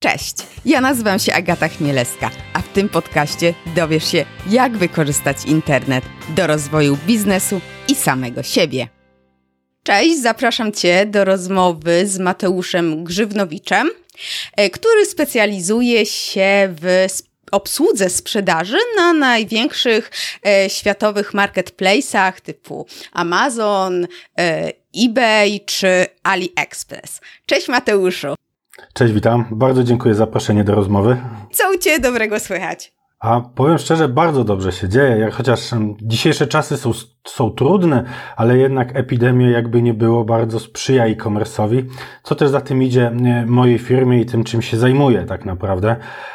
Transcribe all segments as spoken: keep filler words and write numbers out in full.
Cześć, ja nazywam się Agata Chmielewska, a w tym podcaście dowiesz się, jak wykorzystać internet do rozwoju biznesu i samego siebie. Cześć, zapraszam Cię do rozmowy z Mateuszem Grzywnowiczem, który specjalizuje się w obsłudze sprzedaży na największych e, światowych marketplace'ach typu Amazon, e, eBay czy AliExpress. Cześć Mateuszu. Cześć, witam. Bardzo dziękuję za zaproszenie do rozmowy. Co u Ciebie dobrego słychać? A powiem szczerze, bardzo dobrze się dzieje, jak chociaż dzisiejsze czasy są, są trudne, ale jednak epidemia jakby nie było bardzo sprzyja e-commerce'owi, co też za tym idzie mojej firmie i tym, czym się zajmuję tak naprawdę,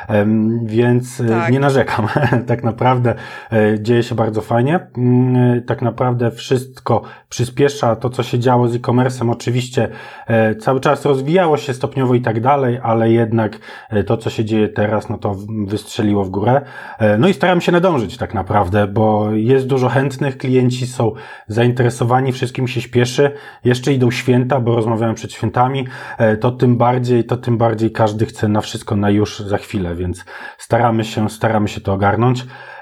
więc tak. nie narzekam. Tak naprawdę dzieje się bardzo fajnie, tak naprawdę wszystko przyspiesza to, co się działo z e-commerce'em, oczywiście cały czas rozwijało się stopniowo i tak dalej, ale jednak to, co się dzieje teraz, no to wystrzeliło w górę. No i staram się nadążyć tak naprawdę, bo jest dużo chętnych, klienci są zainteresowani, wszystkim się śpieszy, jeszcze idą święta, bo rozmawiałem przed świętami, to tym bardziej, to tym bardziej każdy chce na wszystko na już za chwilę, więc staramy się, staramy się to ogarnąć,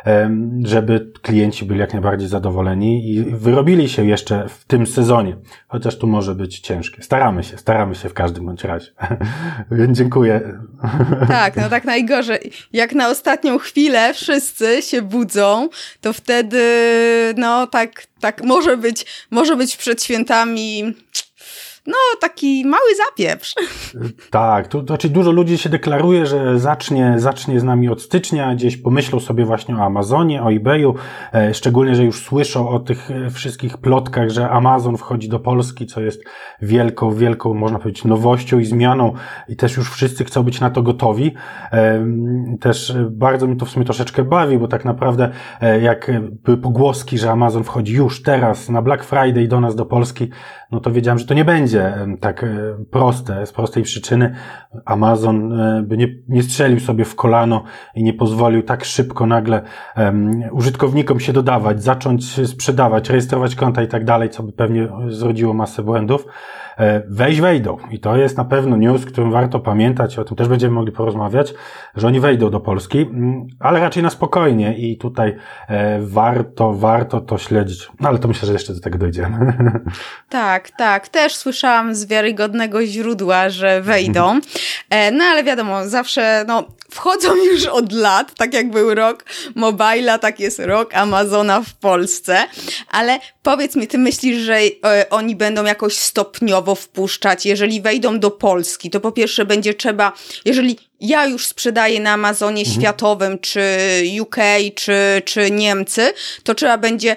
żeby klienci byli jak najbardziej zadowoleni i wyrobili się jeszcze w tym sezonie, chociaż tu może być ciężkie. Staramy się, staramy się w każdym bądź razie. Więc dziękuję. Tak, no tak najgorzej. Jak na ostatnią chwilę wszyscy się budzą, to wtedy no tak, tak może być, może być przed świętami no taki mały zapieprz. Tak, to znaczy dużo ludzi się deklaruje, że zacznie, zacznie z nami od stycznia, gdzieś pomyślą sobie właśnie o Amazonie, o eBayu, e, szczególnie, że już słyszą o tych wszystkich plotkach, że Amazon wchodzi do Polski, co jest wielką, wielką, można powiedzieć, nowością i zmianą i też już wszyscy chcą być na to gotowi. E, też bardzo mi to w sumie troszeczkę bawi, bo tak naprawdę e, jak były pogłoski, że Amazon wchodzi już teraz na Black Friday do nas, do Polski, no to wiedziałem, że to nie będzie tak proste, z prostej przyczyny. Amazon by nie, nie strzelił sobie w kolano i nie pozwolił tak szybko nagle um, użytkownikom się dodawać, zacząć sprzedawać, rejestrować konta i tak dalej, co by pewnie zrodziło masę błędów. Wejść wejdą i to jest na pewno news, którym warto pamiętać, o tym też będziemy mogli porozmawiać, że oni wejdą do Polski, ale raczej na spokojnie i tutaj e, warto, warto to śledzić. No ale to myślę, że jeszcze do tego dojdziemy. Tak, tak. Też słyszałam z wiarygodnego źródła, że wejdą. E, no ale wiadomo, zawsze no wchodzą już od lat, tak jak był rok Mobile'a, tak jest rok Amazona w Polsce, ale powiedz mi, ty myślisz, że e, oni będą jakoś stopniowo wpuszczać, jeżeli wejdą do Polski, to po pierwsze będzie trzeba, jeżeli ja już sprzedaję na Amazonie mhm. światowym, czy U K, czy, czy Niemcy, to trzeba będzie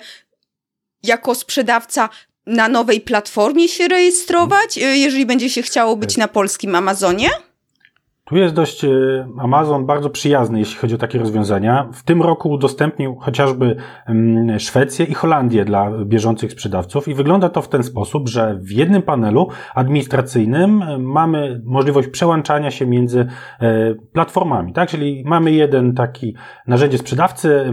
jako sprzedawca na nowej platformie się rejestrować, jeżeli będzie się chciało być na polskim Amazonie? Tu jest dość Amazon bardzo przyjazny, jeśli chodzi o takie rozwiązania. W tym roku udostępnił chociażby Szwecję i Holandię dla bieżących sprzedawców i wygląda to w ten sposób, że w jednym panelu administracyjnym mamy możliwość przełączania się między platformami, tak? Czyli mamy jeden taki narzędzie sprzedawcy,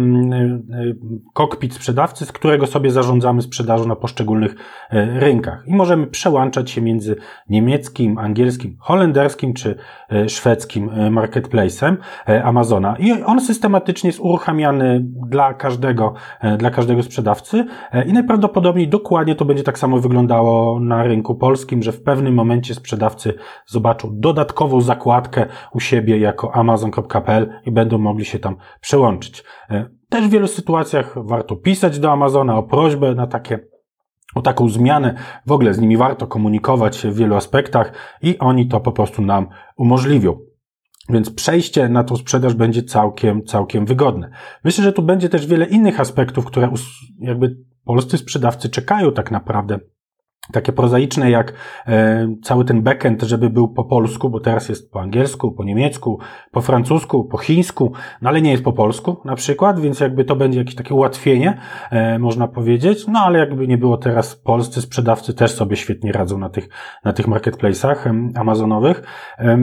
kokpit sprzedawcy, z którego sobie zarządzamy sprzedażą na poszczególnych rynkach i możemy przełączać się między niemieckim, angielskim, holenderskim czy szwedzkim szwedzkim marketplace'em Amazona i on systematycznie jest uruchamiany dla każdego, dla każdego sprzedawcy i najprawdopodobniej dokładnie to będzie tak samo wyglądało na rynku polskim, że w pewnym momencie sprzedawcy zobaczą dodatkową zakładkę u siebie jako amazon kropka p l i będą mogli się tam przełączyć. Też w wielu sytuacjach warto pisać do Amazona o prośbę na takie o taką zmianę, w ogóle z nimi warto komunikować się w wielu aspektach i oni to po prostu nam umożliwią. Więc przejście na tą sprzedaż będzie całkiem, całkiem wygodne. Myślę, że tu będzie też wiele innych aspektów, które jakby polscy sprzedawcy czekają tak naprawdę. Takie prozaiczne jak e, cały ten backend, żeby był po polsku, bo teraz jest po angielsku, po niemiecku, po francusku, po chińsku, no ale nie jest po polsku na przykład, więc jakby to będzie jakieś takie ułatwienie, e, można powiedzieć, no ale jakby nie było teraz, polscy sprzedawcy też sobie świetnie radzą na tych, na tych marketplace'ach e, amazonowych. E,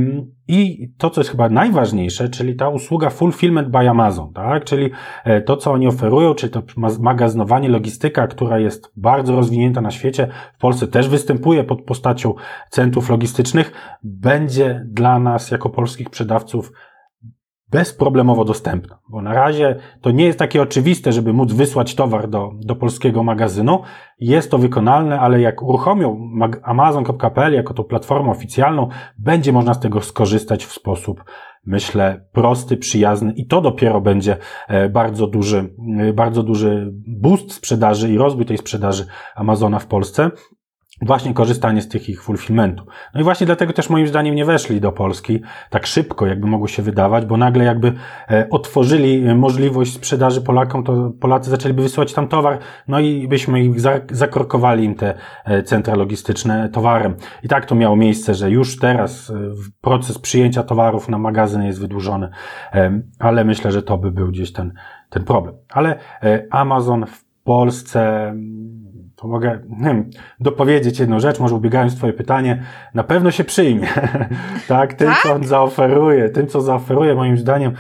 I to, co jest chyba najważniejsze, czyli ta usługa Fulfillment by Amazon, tak? Czyli to, co oni oferują, czyli to magazynowanie, logistyka, która jest bardzo rozwinięta na świecie, w Polsce też występuje pod postacią centrów logistycznych, będzie dla nas jako polskich sprzedawców bezproblemowo dostępna, bo na razie to nie jest takie oczywiste, żeby móc wysłać towar do, do polskiego magazynu. Jest to wykonalne, ale jak uruchomią amazon kropka p l jako tą platformę oficjalną, będzie można z tego skorzystać w sposób, myślę, prosty, przyjazny i to dopiero będzie bardzo duży, bardzo duży boost sprzedaży i rozwój tej sprzedaży Amazona w Polsce. Właśnie korzystanie z tych ich fulfillmentu. No i właśnie dlatego też moim zdaniem nie weszli do Polski tak szybko, jakby mogło się wydawać, bo nagle jakby e, otworzyli możliwość sprzedaży Polakom, to Polacy zaczęliby wysyłać tam towar, no i byśmy ich za, zakorkowali im te e, centra logistyczne towarem. I tak to miało miejsce, że już teraz e, proces przyjęcia towarów na magazyn jest wydłużony, e, ale myślę, że to by był gdzieś ten, ten problem. Ale e, Amazon w Polsce... To mogę nie wiem, dopowiedzieć jedną rzecz, może ubiegając twoje pytanie, na pewno się przyjmie. tak, tym, tak? co on zaoferuje, tym, co zaoferuje, moim zdaniem,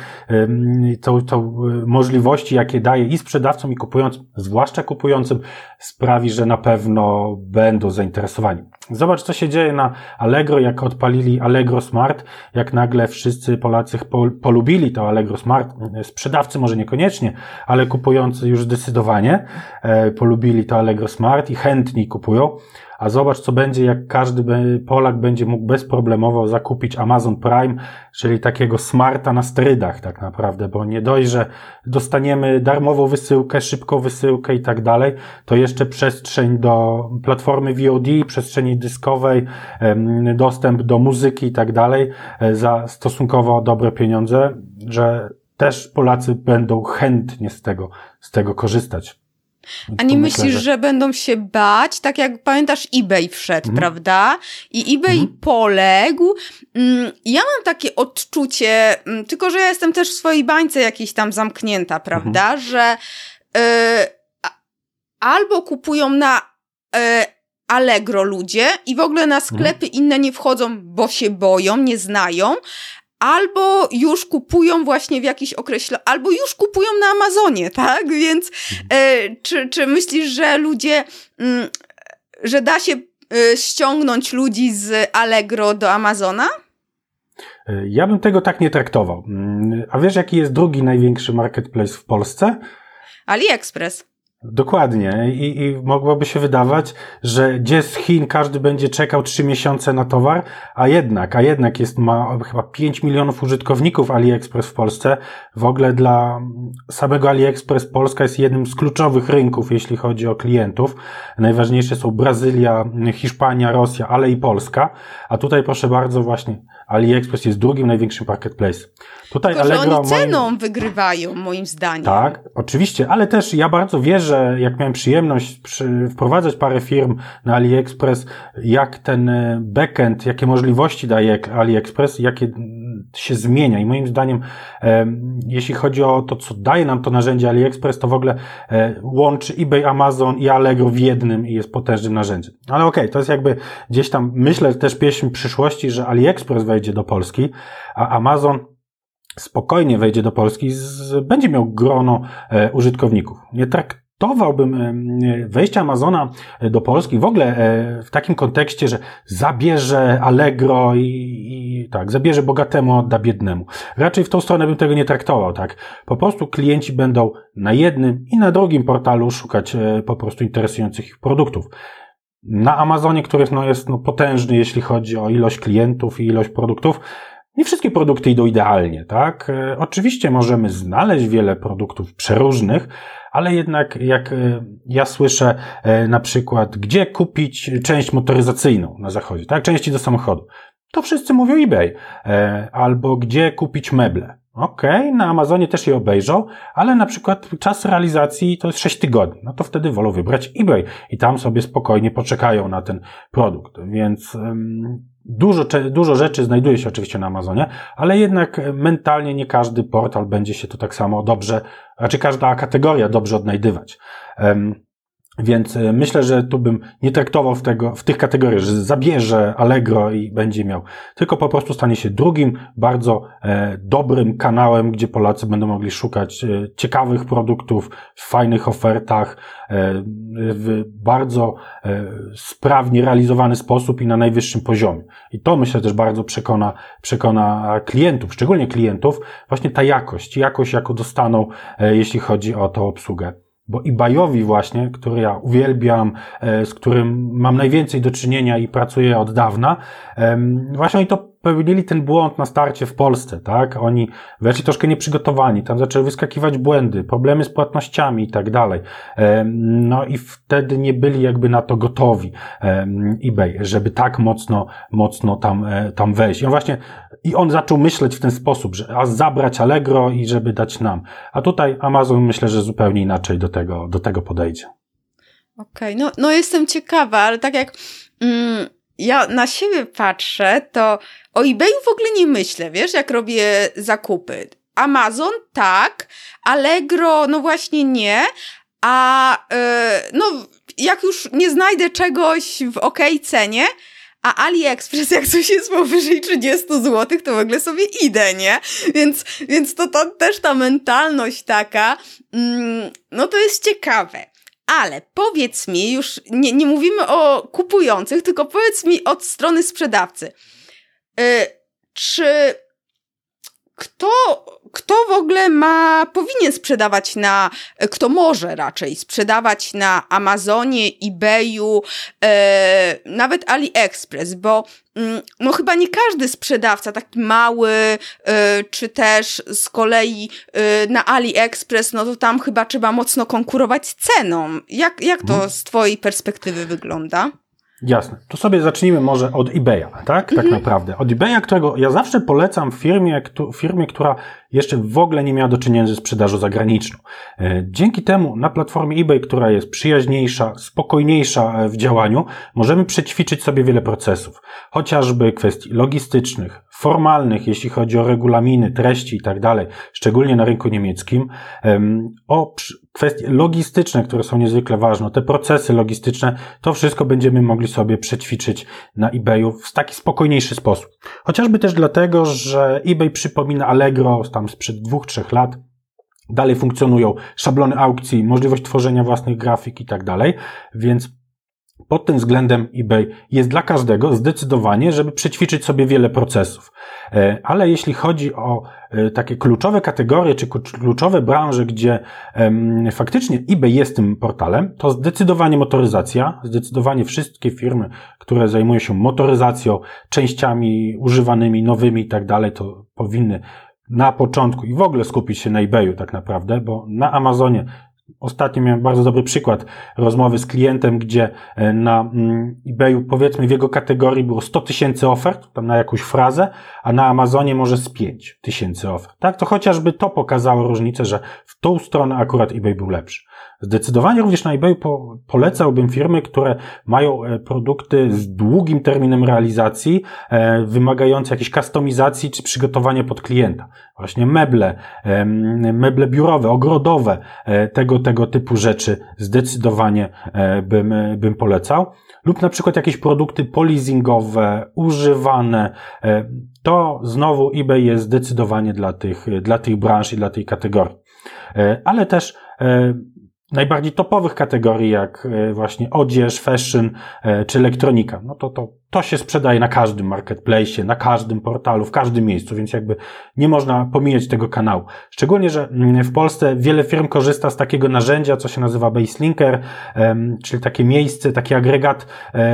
to, to możliwości, jakie daje i sprzedawcom, i kupującym, zwłaszcza kupującym, sprawi, że na pewno będą zainteresowani. Zobacz, co się dzieje na Allegro, jak odpalili Allegro Smart, jak nagle wszyscy Polacy polubili to Allegro Smart. Sprzedawcy może niekoniecznie, ale kupujący już zdecydowanie polubili to Allegro Smart i chętniej kupują. A zobacz, co będzie, jak każdy Polak będzie mógł bezproblemowo zakupić Amazon Prime, czyli takiego smarta na sterydach tak naprawdę, bo nie dość, że dostaniemy darmową wysyłkę, szybką wysyłkę i tak dalej, to jeszcze przestrzeń do platformy V O D, przestrzeni dyskowej, dostęp do muzyki i tak dalej za stosunkowo dobre pieniądze, że też Polacy będą chętnie z tego, z tego korzystać. A nie myślisz, że będą się bać, tak jak pamiętasz eBay wszedł, mhm. prawda? I eBay mhm. poległ. Ja mam takie odczucie, tylko że ja jestem też w swojej bańce jakiejś tam zamknięta, prawda? Mhm. Że y, albo kupują na y, Allegro ludzie i w ogóle na sklepy mhm. inne nie wchodzą, bo się boją, nie znają, albo już kupują właśnie w jakiś określony, albo już kupują na Amazonie, tak? Więc e, czy, czy myślisz, że ludzie, m, że da się e, ściągnąć ludzi z Allegro do Amazona? Ja bym tego tak nie traktował. A wiesz, jaki jest drugi największy marketplace w Polsce? AliExpress. Dokładnie. I, i mogłoby się wydawać, że gdzie z Chin każdy będzie czekał trzy miesiące na towar, a jednak, a jednak jest, ma chyba pięć milionów użytkowników AliExpress w Polsce. W ogóle dla samego AliExpress Polska jest jednym z kluczowych rynków, jeśli chodzi o klientów. Najważniejsze są Brazylia, Hiszpania, Rosja, ale i Polska. A tutaj proszę bardzo właśnie AliExpress jest drugim największym marketplace. Tutaj Tylko, Allegro, że oni ceną moim... wygrywają, moim zdaniem. Tak, oczywiście, ale też ja bardzo wierzę, jak miałem przyjemność przy, wprowadzać parę firm na AliExpress, jak ten backend, jakie możliwości daje AliExpress, jakie się zmienia i moim zdaniem, e, jeśli chodzi o to, co daje nam to narzędzie AliExpress, to w ogóle e, łączy eBay, Amazon i Allegro w jednym i jest potężnym narzędziem. Ale okej, okay, to jest jakby gdzieś tam, myślę też pieśń przyszłości, że AliExpress wejdzie do Polski, a Amazon spokojnie wejdzie do Polski, z, będzie miał grono e, użytkowników. Nie traktowałbym e, wejścia Amazona do Polski w ogóle e, w takim kontekście, że zabierze Allegro i, i tak, zabierze bogatemu, odda biednemu. Raczej w tą stronę bym tego nie traktował, tak. Po prostu klienci będą na jednym i na drugim portalu szukać e, po prostu interesujących ich produktów. Na Amazonie, który no, jest no, potężny, jeśli chodzi o ilość klientów i ilość produktów, nie wszystkie produkty idą idealnie, tak? E, oczywiście możemy znaleźć wiele produktów przeróżnych, ale jednak jak e, ja słyszę e, na przykład, gdzie kupić część motoryzacyjną na zachodzie, tak? Części do samochodu, to wszyscy mówią eBay. E, albo gdzie kupić meble. Okej, okay, na Amazonie też je obejrzą, ale na przykład czas realizacji to jest sześć tygodni. No to wtedy wolą wybrać eBay i tam sobie spokojnie poczekają na ten produkt. Więc um, dużo, dużo rzeczy znajduje się oczywiście na Amazonie, ale jednak mentalnie nie każdy portal będzie się tu tak samo dobrze, raczej każda kategoria dobrze odnajdywać. Um, Więc myślę, że tu bym nie traktował w, tego, w tych kategoriach, że zabierze Allegro i będzie miał, tylko po prostu stanie się drugim bardzo e, dobrym kanałem, gdzie Polacy będą mogli szukać e, ciekawych produktów, w fajnych ofertach, e, w bardzo e, sprawnie realizowany sposób i na najwyższym poziomie. I to myślę też bardzo przekona, przekona klientów, szczególnie klientów, właśnie ta jakość, jakość jaką dostaną, e, jeśli chodzi o tą obsługę. Bo eBayowi właśnie, który ja uwielbiam, z którym mam najwięcej do czynienia i pracuję od dawna, właśnie oni to popełnili ten błąd na starcie w Polsce, tak? Oni weszli troszkę nieprzygotowani, tam zaczęły wyskakiwać błędy, problemy z płatnościami i tak dalej. No i wtedy nie byli jakby na to gotowi eBay, żeby tak mocno, mocno tam, tam wejść. I on właśnie, i on zaczął myśleć w ten sposób, że a zabrać Allegro i żeby dać nam. A tutaj Amazon myślę, że zupełnie inaczej do tego, do tego podejdzie. Okej, okay. no, no jestem ciekawa, ale tak jak mm, ja na siebie patrzę, to o eBayu w ogóle nie myślę, wiesz, jak robię zakupy. Amazon tak, Allegro no właśnie nie, a yy, no jak już nie znajdę czegoś w okej cenie, a AliExpress jak coś jest powyżej trzydzieści złotych, to w ogóle sobie idę, nie? Więc, więc to, to też ta mentalność taka, mm, no to jest ciekawe. Ale powiedz mi, już nie, nie mówimy o kupujących, tylko powiedz mi od strony sprzedawcy. Yy, czy kto, kto w ogóle ma, powinien sprzedawać na, kto może raczej sprzedawać na Amazonie, eBayu, e, nawet AliExpress, bo mm, no chyba nie każdy sprzedawca, taki mały, e, czy też z kolei e, na AliExpress, no to tam chyba trzeba mocno konkurować ceną. Jak, jak to z twojej perspektywy wygląda? Jasne. To sobie zacznijmy może od eBaya, tak? Tak naprawdę. Od eBaya, którego ja zawsze polecam firmie, firmie, która jeszcze w ogóle nie miała do czynienia ze sprzedażą zagraniczną. Dzięki temu na platformie eBay, która jest przyjaźniejsza, spokojniejsza w działaniu, możemy przećwiczyć sobie wiele procesów. Chociażby kwestii logistycznych, formalnych, jeśli chodzi o regulaminy, treści i tak dalej, szczególnie na rynku niemieckim, o kwestie logistyczne, które są niezwykle ważne, te procesy logistyczne, to wszystko będziemy mogli sobie przećwiczyć na eBayu w taki spokojniejszy sposób. Chociażby też dlatego, że eBay przypomina Allegro tam sprzed dwóch, trzech lat. Dalej funkcjonują szablony aukcji, możliwość tworzenia własnych grafik i tak dalej, więc pod tym względem eBay jest dla każdego zdecydowanie, żeby przećwiczyć sobie wiele procesów. Ale jeśli chodzi o takie kluczowe kategorie, czy kluczowe branże, gdzie faktycznie eBay jest tym portalem, to zdecydowanie motoryzacja, zdecydowanie wszystkie firmy, które zajmują się motoryzacją, częściami używanymi, nowymi i tak dalej, to powinny na początku i w ogóle skupić się na eBayu tak naprawdę, bo na Amazonie ostatnio miałem bardzo dobry przykład rozmowy z klientem, gdzie na eBayu, powiedzmy, w jego kategorii było sto tysięcy ofert, tam na jakąś frazę, a na Amazonie może z pięć tysięcy ofert. Tak, to chociażby to pokazało różnicę, że w tą stronę akurat eBay był lepszy. Zdecydowanie również na eBayu po, polecałbym firmy, które mają produkty z długim terminem realizacji, e, wymagające jakiejś kustomizacji czy przygotowania pod klienta. Właśnie meble, e, meble biurowe, ogrodowe, e, tego, tego typu rzeczy zdecydowanie e, bym, bym polecał. Lub na przykład jakieś produkty polizingowe, używane. E, to znowu eBay jest zdecydowanie dla tych, dla tych branż i dla tej kategorii. E, ale też e, najbardziej topowych kategorii, jak właśnie odzież, fashion czy elektronika. No to, to, to się sprzedaje na każdym marketplace, na każdym portalu, w każdym miejscu, więc jakby nie można pomijać tego kanału. Szczególnie, że w Polsce wiele firm korzysta z takiego narzędzia, co się nazywa Baselinker, czyli takie miejsce, taki agregat,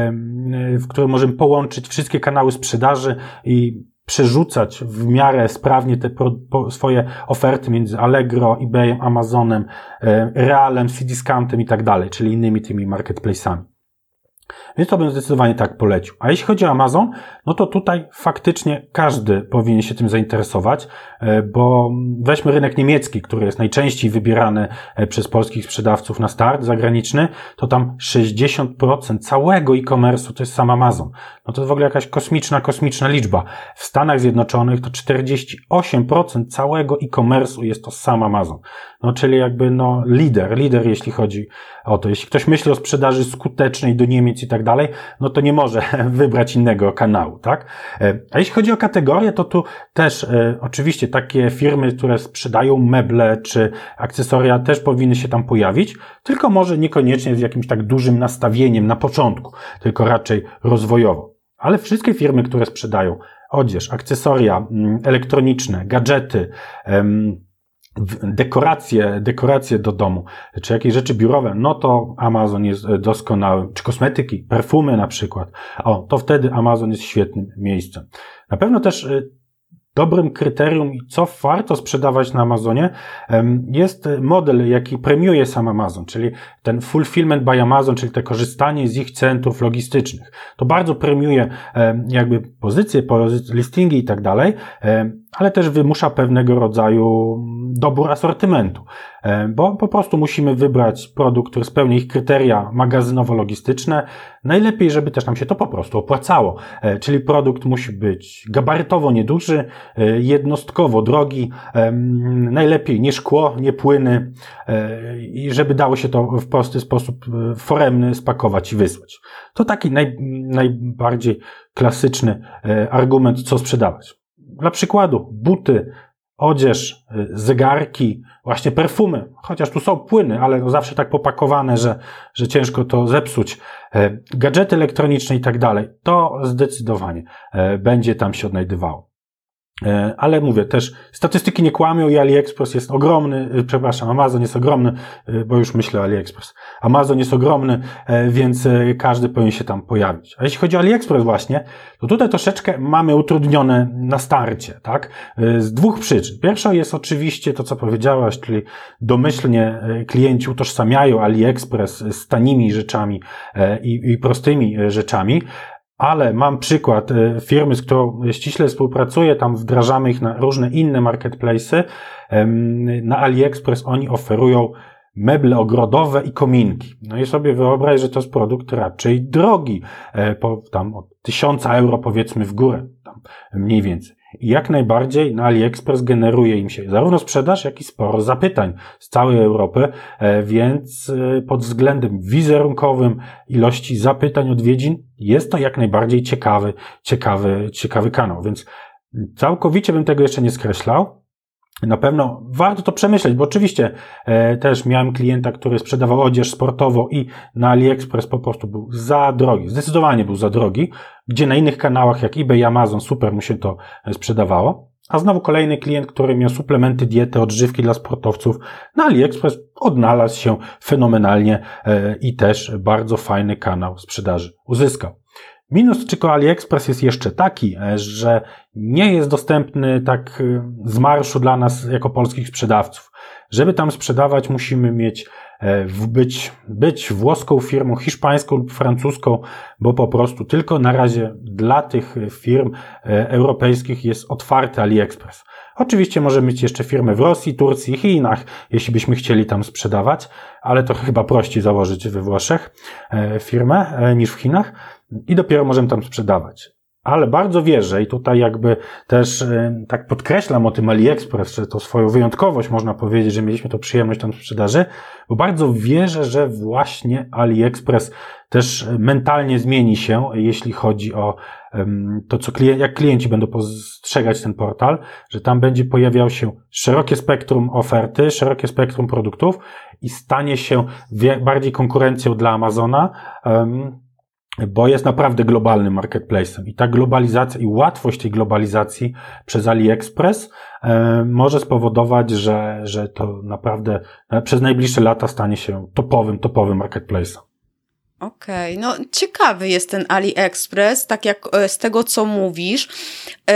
w którym możemy połączyć wszystkie kanały sprzedaży i przerzucać w miarę sprawnie te pro, po, swoje oferty między Allegro, eBayem, Amazonem, e, Realem, Cdiscountem i tak dalej, czyli innymi tymi marketplace'ami. Więc to bym zdecydowanie tak polecił. A jeśli chodzi o Amazon, no to tutaj faktycznie każdy powinien się tym zainteresować, bo weźmy rynek niemiecki, który jest najczęściej wybierany przez polskich sprzedawców na start zagraniczny, to tam sześćdziesiąt procent całego e-commerce'u to jest sam Amazon. No to jest w ogóle jakaś kosmiczna, kosmiczna liczba. W Stanach Zjednoczonych to czterdzieści osiem procent całego e-commerce'u jest to sam Amazon. No czyli jakby no lider, lider jeśli chodzi o to. Jeśli ktoś myśli o sprzedaży skutecznej do Niemiec i tak dalej, no to nie może wybrać innego kanału, tak? A jeśli chodzi o kategorię, to tu też e, oczywiście takie firmy, które sprzedają meble czy akcesoria też powinny się tam pojawić, tylko może niekoniecznie z jakimś tak dużym nastawieniem na początku, tylko raczej rozwojowo. Ale wszystkie firmy, które sprzedają odzież, akcesoria elektroniczne, gadżety, em, dekoracje, dekoracje do domu, czy jakieś rzeczy biurowe, no to Amazon jest doskonałym, czy kosmetyki, perfumy na przykład, o, to wtedy Amazon jest świetnym miejscem. Na pewno też dobrym kryterium, co warto sprzedawać na Amazonie, jest model, jaki premiuje sam Amazon, czyli ten fulfillment by Amazon, czyli te korzystanie z ich centrów logistycznych. To bardzo premiuje jakby pozycje, listingi i tak dalej, ale też wymusza pewnego rodzaju dobór asortymentu, bo po prostu musimy wybrać produkt, który spełnia ich kryteria magazynowo-logistyczne. Najlepiej, żeby też nam się to po prostu opłacało, czyli produkt musi być gabarytowo nieduży, jednostkowo drogi, najlepiej nie szkło, nie płyny i żeby dało się to w prosty sposób foremny spakować i wysłać. To taki naj, najbardziej klasyczny argument, co sprzedawać. Dla przykładu, buty, odzież, zegarki, właśnie perfumy, chociaż tu są płyny, ale no zawsze tak popakowane, że, że ciężko to zepsuć, gadżety elektroniczne i tak dalej, to zdecydowanie będzie tam się odnajdywało. Ale mówię, też statystyki nie kłamią i AliExpress jest ogromny, przepraszam, Amazon jest ogromny, bo już myślę o AliExpress. Amazon jest ogromny, więc każdy powinien się tam pojawić. A jeśli chodzi o AliExpress właśnie, to tutaj troszeczkę mamy utrudnione na starcie, tak? Z dwóch przyczyn. Pierwsza jest oczywiście to, co powiedziałaś, czyli domyślnie klienci utożsamiają AliExpress z tanimi rzeczami i, i prostymi rzeczami, ale mam przykład firmy, z którą ściśle współpracuję, tam wdrażamy ich na różne inne marketplace'y. Na AliExpress oni oferują meble ogrodowe i kominki. No i sobie wyobraź, że to jest produkt raczej drogi, po tam od tysiąca euro powiedzmy w górę, tam mniej więcej. I jak najbardziej na AliExpress generuje im się zarówno sprzedaż, jak i sporo zapytań z całej Europy, więc pod względem wizerunkowym, ilości zapytań, odwiedzin, jest to jak najbardziej ciekawy, ciekawy, ciekawy kanał, więc całkowicie bym tego jeszcze nie skreślał. Na pewno warto to przemyśleć, bo oczywiście e, też miałem klienta, który sprzedawał odzież sportową i na AliExpress po prostu był za drogi, zdecydowanie był za drogi, gdzie na innych kanałach jak eBay i Amazon super mu się to sprzedawało. A znowu kolejny klient, który miał suplementy, diety, odżywki dla sportowców, na AliExpress odnalazł się fenomenalnie e, i też bardzo fajny kanał sprzedaży uzyskał. Minus tylko AliExpress jest jeszcze taki, że nie jest dostępny tak z marszu dla nas jako polskich sprzedawców. Żeby tam sprzedawać, musimy mieć, być, być włoską firmą, hiszpańską lub francuską, bo po prostu tylko na razie dla tych firm europejskich jest otwarty AliExpress. Oczywiście możemy mieć jeszcze firmy w Rosji, Turcji i Chinach, jeśli byśmy chcieli tam sprzedawać, ale to chyba prościej założyć we Włoszech firmę niż w Chinach i dopiero możemy tam sprzedawać. Ale bardzo wierzę i tutaj jakby też tak podkreślam o tym AliExpress, że to swoją wyjątkowość można powiedzieć, że mieliśmy to przyjemność tam sprzedaży, bo bardzo wierzę, że właśnie AliExpress też mentalnie zmieni się, jeśli chodzi o to, co klien- jak klienci będą postrzegać ten portal, że tam będzie pojawiało się szerokie spektrum oferty, szerokie spektrum produktów i stanie się bardziej konkurencją dla Amazona, bo jest naprawdę globalnym marketplace'em i ta globalizacja i łatwość tej globalizacji przez AliExpress e, może spowodować, że, że to naprawdę przez najbliższe lata stanie się topowym, topowym marketplace'em. Okej, okay. No ciekawy jest ten AliExpress, tak jak z tego, co mówisz, yy,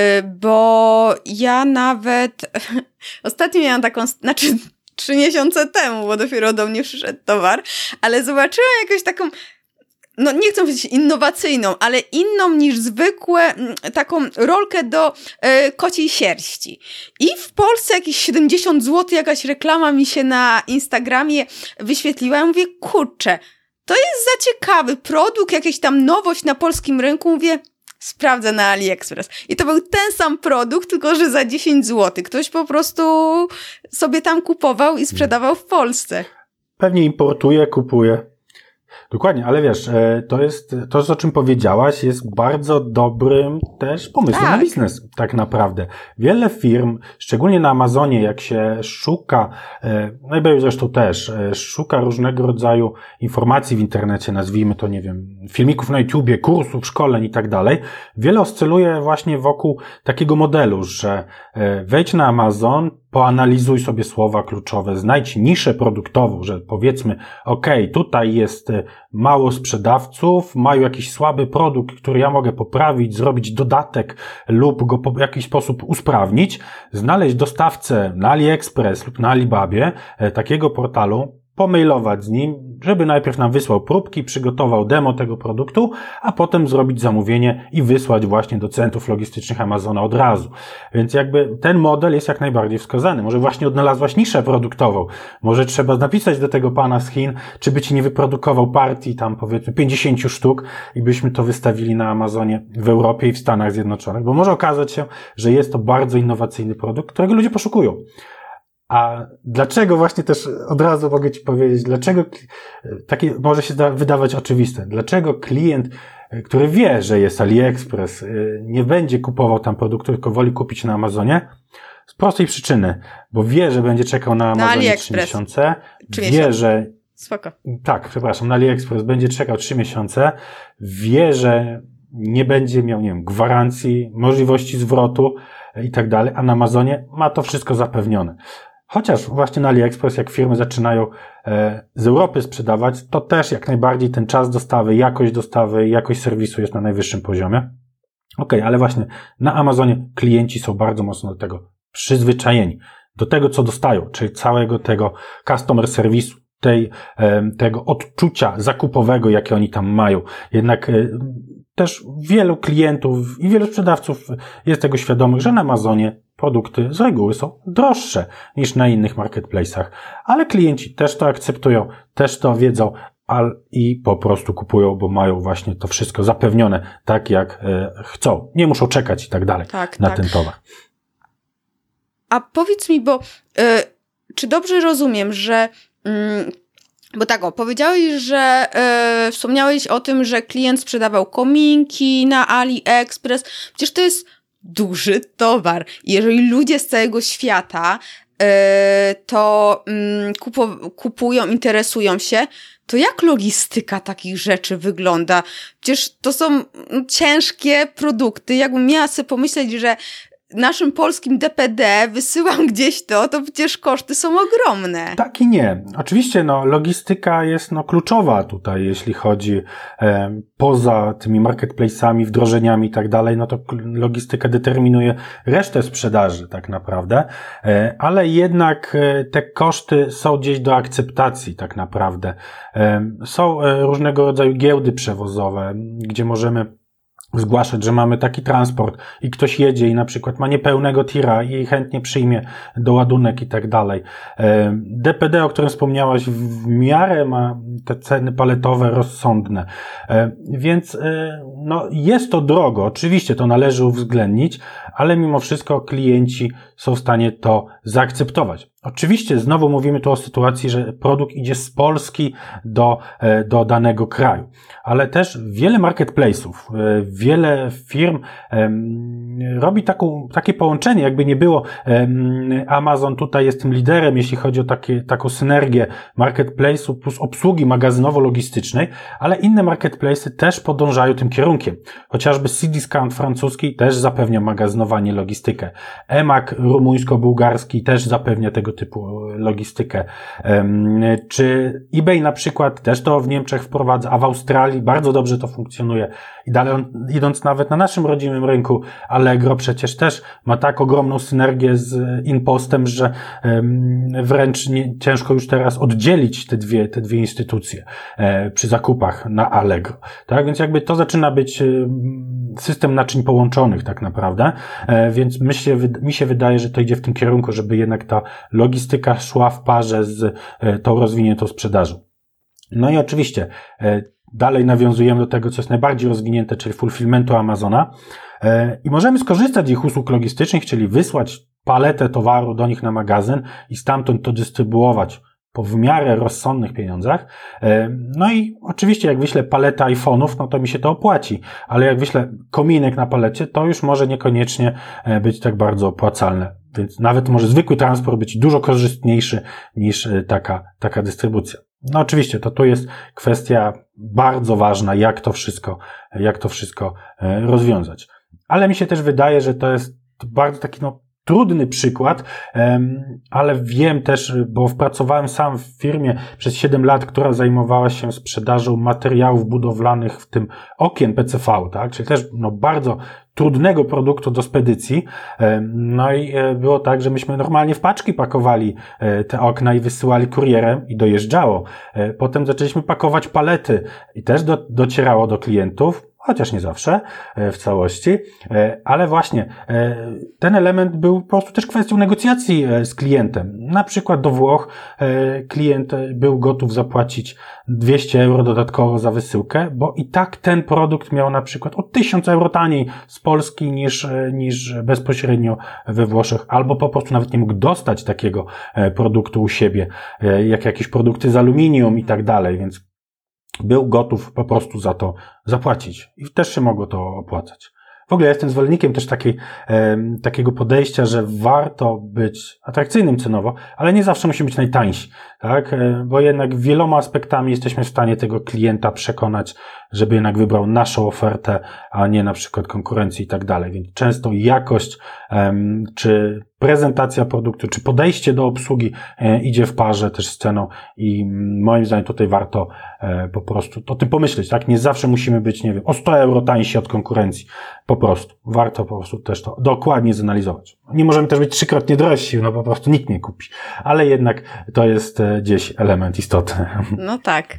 bo ja nawet ostatnio miałam taką, znaczy trzy miesiące temu, bo dopiero do mnie przyszedł towar, ale zobaczyłam jakąś taką no nie chcę powiedzieć innowacyjną, ale inną niż zwykłe, taką rolkę do y, kociej sierści. I w Polsce jakieś siedemdziesiąt złotych jakaś reklama mi się na Instagramie wyświetliła. Ja mówię, kurczę, to jest za ciekawy produkt, jakaś tam nowość na polskim rynku. Mówię, sprawdzę na AliExpress. I to był ten sam produkt, tylko że za dziesięć złotych. Ktoś po prostu sobie tam kupował i sprzedawał w Polsce. Pewnie importuje, kupuje. Dokładnie, ale wiesz, to jest, to o czym powiedziałaś, jest bardzo dobrym też pomysłem tak. na biznes, tak naprawdę. Wiele firm, szczególnie na Amazonie, jak się szuka, no i zresztą też, szuka różnego rodzaju informacji w internecie, nazwijmy to, nie wiem, filmików na YouTubie, kursów, szkoleń i tak dalej, wiele oscyluje właśnie wokół takiego modelu, że wejdź na Amazon, poanalizuj sobie słowa kluczowe, znajdź niszę produktową, że powiedzmy, okej, okay, tutaj jest mało sprzedawców, mają jakiś słaby produkt, który ja mogę poprawić, zrobić dodatek lub go w jakiś sposób usprawnić, znaleźć dostawcę na AliExpress lub na Alibabie takiego portalu, pomailować z nim, żeby najpierw nam wysłał próbki, przygotował demo tego produktu, a potem zrobić zamówienie i wysłać właśnie do centrów logistycznych Amazona od razu. Więc jakby ten model jest jak najbardziej wskazany. Może właśnie odnalazłaś niszę produktową. Może trzeba napisać do tego pana z Chin, czy by ci nie wyprodukował partii tam powiedzmy pięćdziesiąt sztuk i byśmy to wystawili na Amazonie w Europie i w Stanach Zjednoczonych. Bo może okazać się, że jest to bardzo innowacyjny produkt, którego ludzie poszukują. A dlaczego właśnie też od razu mogę ci powiedzieć, dlaczego takie może się wydawać oczywiste, dlaczego klient, który wie, że jest AliExpress, nie będzie kupował tam produktu, tylko woli kupić na Amazonie? Z prostej przyczyny, bo wie, że będzie czekał na Amazonie na trzy miesiące, wie, że Spoko. tak, przepraszam, na AliExpress będzie czekał trzy miesiące, wie, że nie będzie miał, nie wiem, gwarancji, możliwości zwrotu i tak dalej, a na Amazonie ma to wszystko zapewnione. Chociaż właśnie na AliExpress, jak firmy zaczynają z Europy sprzedawać, to też jak najbardziej ten czas dostawy, jakość dostawy, jakość serwisu jest na najwyższym poziomie. Okej, ale właśnie na Amazonie klienci są bardzo mocno do tego przyzwyczajeni. Do tego, co dostają, czyli całego tego customer serwisu, tej, tego odczucia zakupowego, jakie oni tam mają. Jednak też wielu klientów i wielu sprzedawców jest tego świadomych, że na Amazonie produkty z reguły są droższe niż na innych marketplace'ach, ale klienci też to akceptują, też to wiedzą i po prostu kupują, bo mają właśnie to wszystko zapewnione tak, jak chcą. Nie muszą czekać i tak dalej tak, na tak. ten towar. A powiedz mi, bo y, czy dobrze rozumiem, że y, bo tak, o, powiedziałeś, że y, wspomniałeś o tym, że klient sprzedawał kominki na AliExpress. Przecież to jest duży towar. Jeżeli ludzie z całego świata y, to y, kupo, kupują, interesują się, to jak logistyka takich rzeczy wygląda? Przecież to są ciężkie produkty. Jakbym miała sobie pomyśleć, że naszym polskim D P D wysyłam gdzieś to, to przecież koszty są ogromne. Tak i nie. Oczywiście no, logistyka jest no, kluczowa tutaj, jeśli chodzi e, poza tymi marketplace'ami, wdrożeniami i tak dalej, no to logistyka determinuje resztę sprzedaży tak naprawdę, e, ale jednak e, te koszty są gdzieś do akceptacji tak naprawdę. E, są e, różnego rodzaju giełdy przewozowe, gdzie możemy zgłaszać, że mamy taki transport i ktoś jedzie i na przykład ma niepełnego tira i chętnie przyjmie doładunek i tak dalej. D P D, o którym wspomniałaś, w miarę ma te ceny paletowe rozsądne. Więc no, jest to drogo, oczywiście to należy uwzględnić, ale mimo wszystko klienci są w stanie to zaakceptować. Oczywiście znowu mówimy tu o sytuacji, że produkt idzie z Polski do, do danego kraju, ale też wiele marketplace'ów, wiele firm um, robi taką, takie połączenie, jakby nie było. Um, Amazon tutaj jest tym liderem, jeśli chodzi o takie, taką synergię marketplace'u plus obsługi magazynowo-logistycznej, ale inne marketplace'y też podążają tym kierunkiem. Chociażby Cdiscount francuski też zapewnia magazynowanie, logistykę. eMAG rumuńsko-bułgarski też zapewnia tego typu logistykę. Czy eBay na przykład też to w Niemczech wprowadza, a w Australii bardzo dobrze to funkcjonuje. I dalej idąc nawet na naszym rodzimym rynku, Allegro przecież też ma tak ogromną synergię z InPostem, że wręcz nie, ciężko już teraz oddzielić te dwie, te dwie instytucje przy zakupach na Allegro. Tak, więc jakby to zaczyna być system naczyń połączonych tak naprawdę, więc mi się, mi się wydaje, że to idzie w tym kierunku, żeby jednak ta logistyka szła w parze z tą rozwiniętą sprzedażą. No i oczywiście dalej nawiązujemy do tego, co jest najbardziej rozwinięte, czyli fulfillmentu Amazona i możemy skorzystać z ich usług logistycznych, czyli wysłać paletę towaru do nich na magazyn i stamtąd to dystrybuować po w miarę rozsądnych pieniądzach. No i oczywiście jak wyślę paletę iPhone'ów, no to mi się to opłaci, ale jak wyślę kominek na palecie, to już może niekoniecznie być tak bardzo opłacalne. Więc nawet może zwykły transport być dużo korzystniejszy niż taka, taka dystrybucja. No oczywiście, to tu jest kwestia bardzo ważna, jak to wszystko, jak to wszystko rozwiązać. Ale mi się też wydaje, że to jest bardzo taki, no, trudny przykład, ale wiem też, bo pracowałem sam w firmie przez siedem lat, która zajmowała się sprzedażą materiałów budowlanych, w tym okien P C V, tak? Czyli też no, bardzo trudnego produktu do spedycji. No i było tak, że myśmy normalnie w paczki pakowali te okna i wysyłali kurierem i dojeżdżało. Potem zaczęliśmy pakować palety i też do, docierało do klientów, chociaż nie zawsze w całości, ale właśnie ten element był po prostu też kwestią negocjacji z klientem. Na przykład do Włoch klient był gotów zapłacić dwieście euro dodatkowo za wysyłkę, bo i tak ten produkt miał na przykład o tysiąc euro taniej z Polski niż, niż bezpośrednio we Włoszech, albo po prostu nawet nie mógł dostać takiego produktu u siebie, jak jakieś produkty z aluminium i tak dalej, więc był gotów po prostu za to zapłacić i też się mogło to opłacać. W ogóle ja jestem zwolennikiem też takiej, e, takiego podejścia, że warto być atrakcyjnym cenowo, ale nie zawsze musi być najtańsi, tak? E, bo jednak wieloma aspektami jesteśmy w stanie tego klienta przekonać, żeby jednak wybrał naszą ofertę, a nie na przykład konkurencji i tak dalej. Więc często jakość, e, czy prezentacja produktu, czy podejście do obsługi e, idzie w parze też z ceną i moim zdaniem tutaj warto e, po prostu o tym pomyśleć, tak? Nie zawsze musimy być, nie wiem, o sto euro tańsi od konkurencji. Po prostu. Warto po prostu też to dokładnie zanalizować. Nie możemy też być trzykrotnie drożsi, no po prostu nikt nie kupi. Ale jednak to jest gdzieś element istotny. No tak.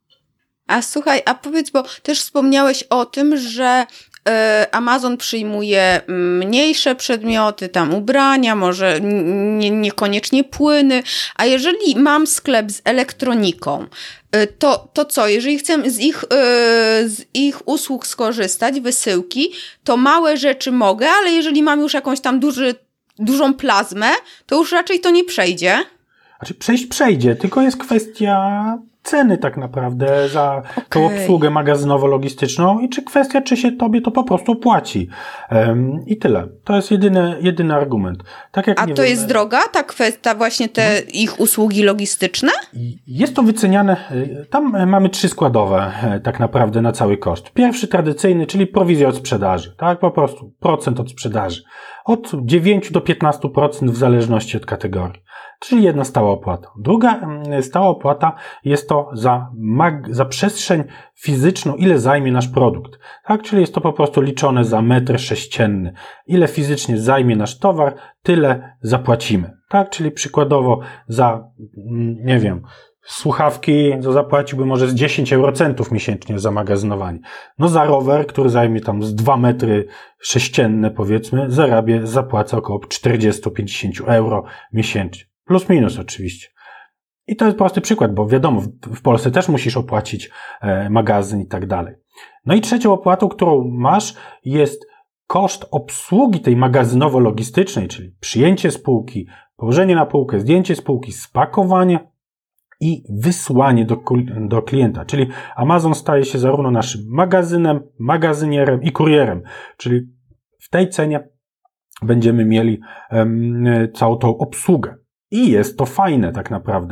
A słuchaj, a powiedz, bo też wspomniałeś o tym, że Amazon przyjmuje mniejsze przedmioty, tam ubrania, może nie, niekoniecznie płyny, a jeżeli mam sklep z elektroniką, to, to co, jeżeli chcę z ich, z ich usług skorzystać, wysyłki, to małe rzeczy mogę, ale jeżeli mam już jakąś tam duży, dużą plazmę, to już raczej to nie przejdzie. Znaczy przejść przejdzie, tylko jest kwestia ceny tak naprawdę za okay. tą obsługę magazynowo-logistyczną i czy kwestia, czy się tobie to po prostu opłaci. Um, I tyle. To jest jedyny, jedyny argument. Tak jak, A nie to wiem, jest droga, ta kwestia, właśnie te hmm. ich usługi logistyczne? Jest to wyceniane, tam mamy trzy składowe tak naprawdę na cały koszt. Pierwszy tradycyjny, czyli prowizja od sprzedaży. Tak, po prostu procent od sprzedaży. Od dziewięć do piętnastu procent w zależności od kategorii. Czyli jedna stała opłata. Druga stała opłata jest to za, mag- za przestrzeń fizyczną, ile zajmie nasz produkt. Tak, czyli jest to po prostu liczone za metr sześcienny. Ile fizycznie zajmie nasz towar, tyle zapłacimy. Tak, czyli przykładowo za, nie wiem, słuchawki, to zapłaciłby może z dziesięć eurocentów miesięcznie za magazynowanie. No za rower, który zajmie tam z dwa metry sześcienne powiedzmy, zarabię, zapłacę około czterdzieści do pięćdziesięciu euro miesięcznie. Plus minus oczywiście. I to jest prosty przykład, bo wiadomo, w Polsce też musisz opłacić magazyn i tak dalej. No i trzecią opłatą, którą masz, jest koszt obsługi tej magazynowo-logistycznej, czyli przyjęcie spółki, położenie na półkę, zdjęcie spółki, spakowanie i wysłanie do, do klienta. Czyli Amazon staje się zarówno naszym magazynem, magazynierem i kurierem. Czyli w tej cenie będziemy mieli um, całą tą obsługę. I jest to fajne tak naprawdę.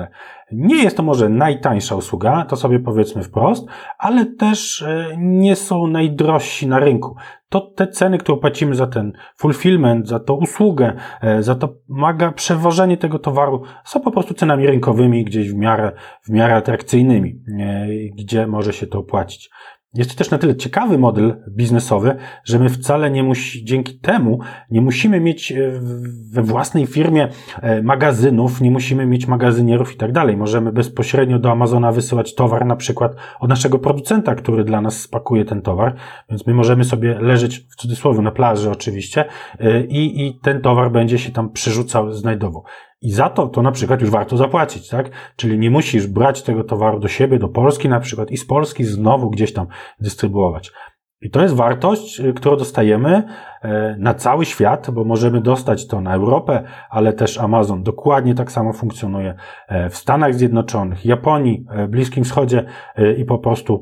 Nie jest to może najtańsza usługa, to sobie powiedzmy wprost, ale też nie są najdrożsi na rynku. To te ceny, które płacimy za ten fulfillment, za tą usługę, za to maga przewożenie tego towaru, są po prostu cenami rynkowymi, gdzieś w miarę, w miarę atrakcyjnymi, gdzie może się to opłacić. Jest to też na tyle ciekawy model biznesowy, że my wcale nie musi, dzięki temu nie musimy mieć we własnej firmie magazynów, nie musimy mieć magazynierów i tak dalej. Możemy bezpośrednio do Amazona wysyłać towar na przykład od naszego producenta, który dla nas spakuje ten towar, więc my możemy sobie leżeć w cudzysłowie na plaży oczywiście i, i ten towar będzie się tam przerzucał, znajdował. I za to, to na przykład już warto zapłacić, tak? Czyli nie musisz brać tego towaru do siebie, do Polski na przykład i z Polski znowu gdzieś tam dystrybuować. I to jest wartość, którą dostajemy na cały świat, bo możemy dostać to na Europę, ale też Amazon dokładnie tak samo funkcjonuje w Stanach Zjednoczonych, Japonii, Bliskim Wschodzie i po prostu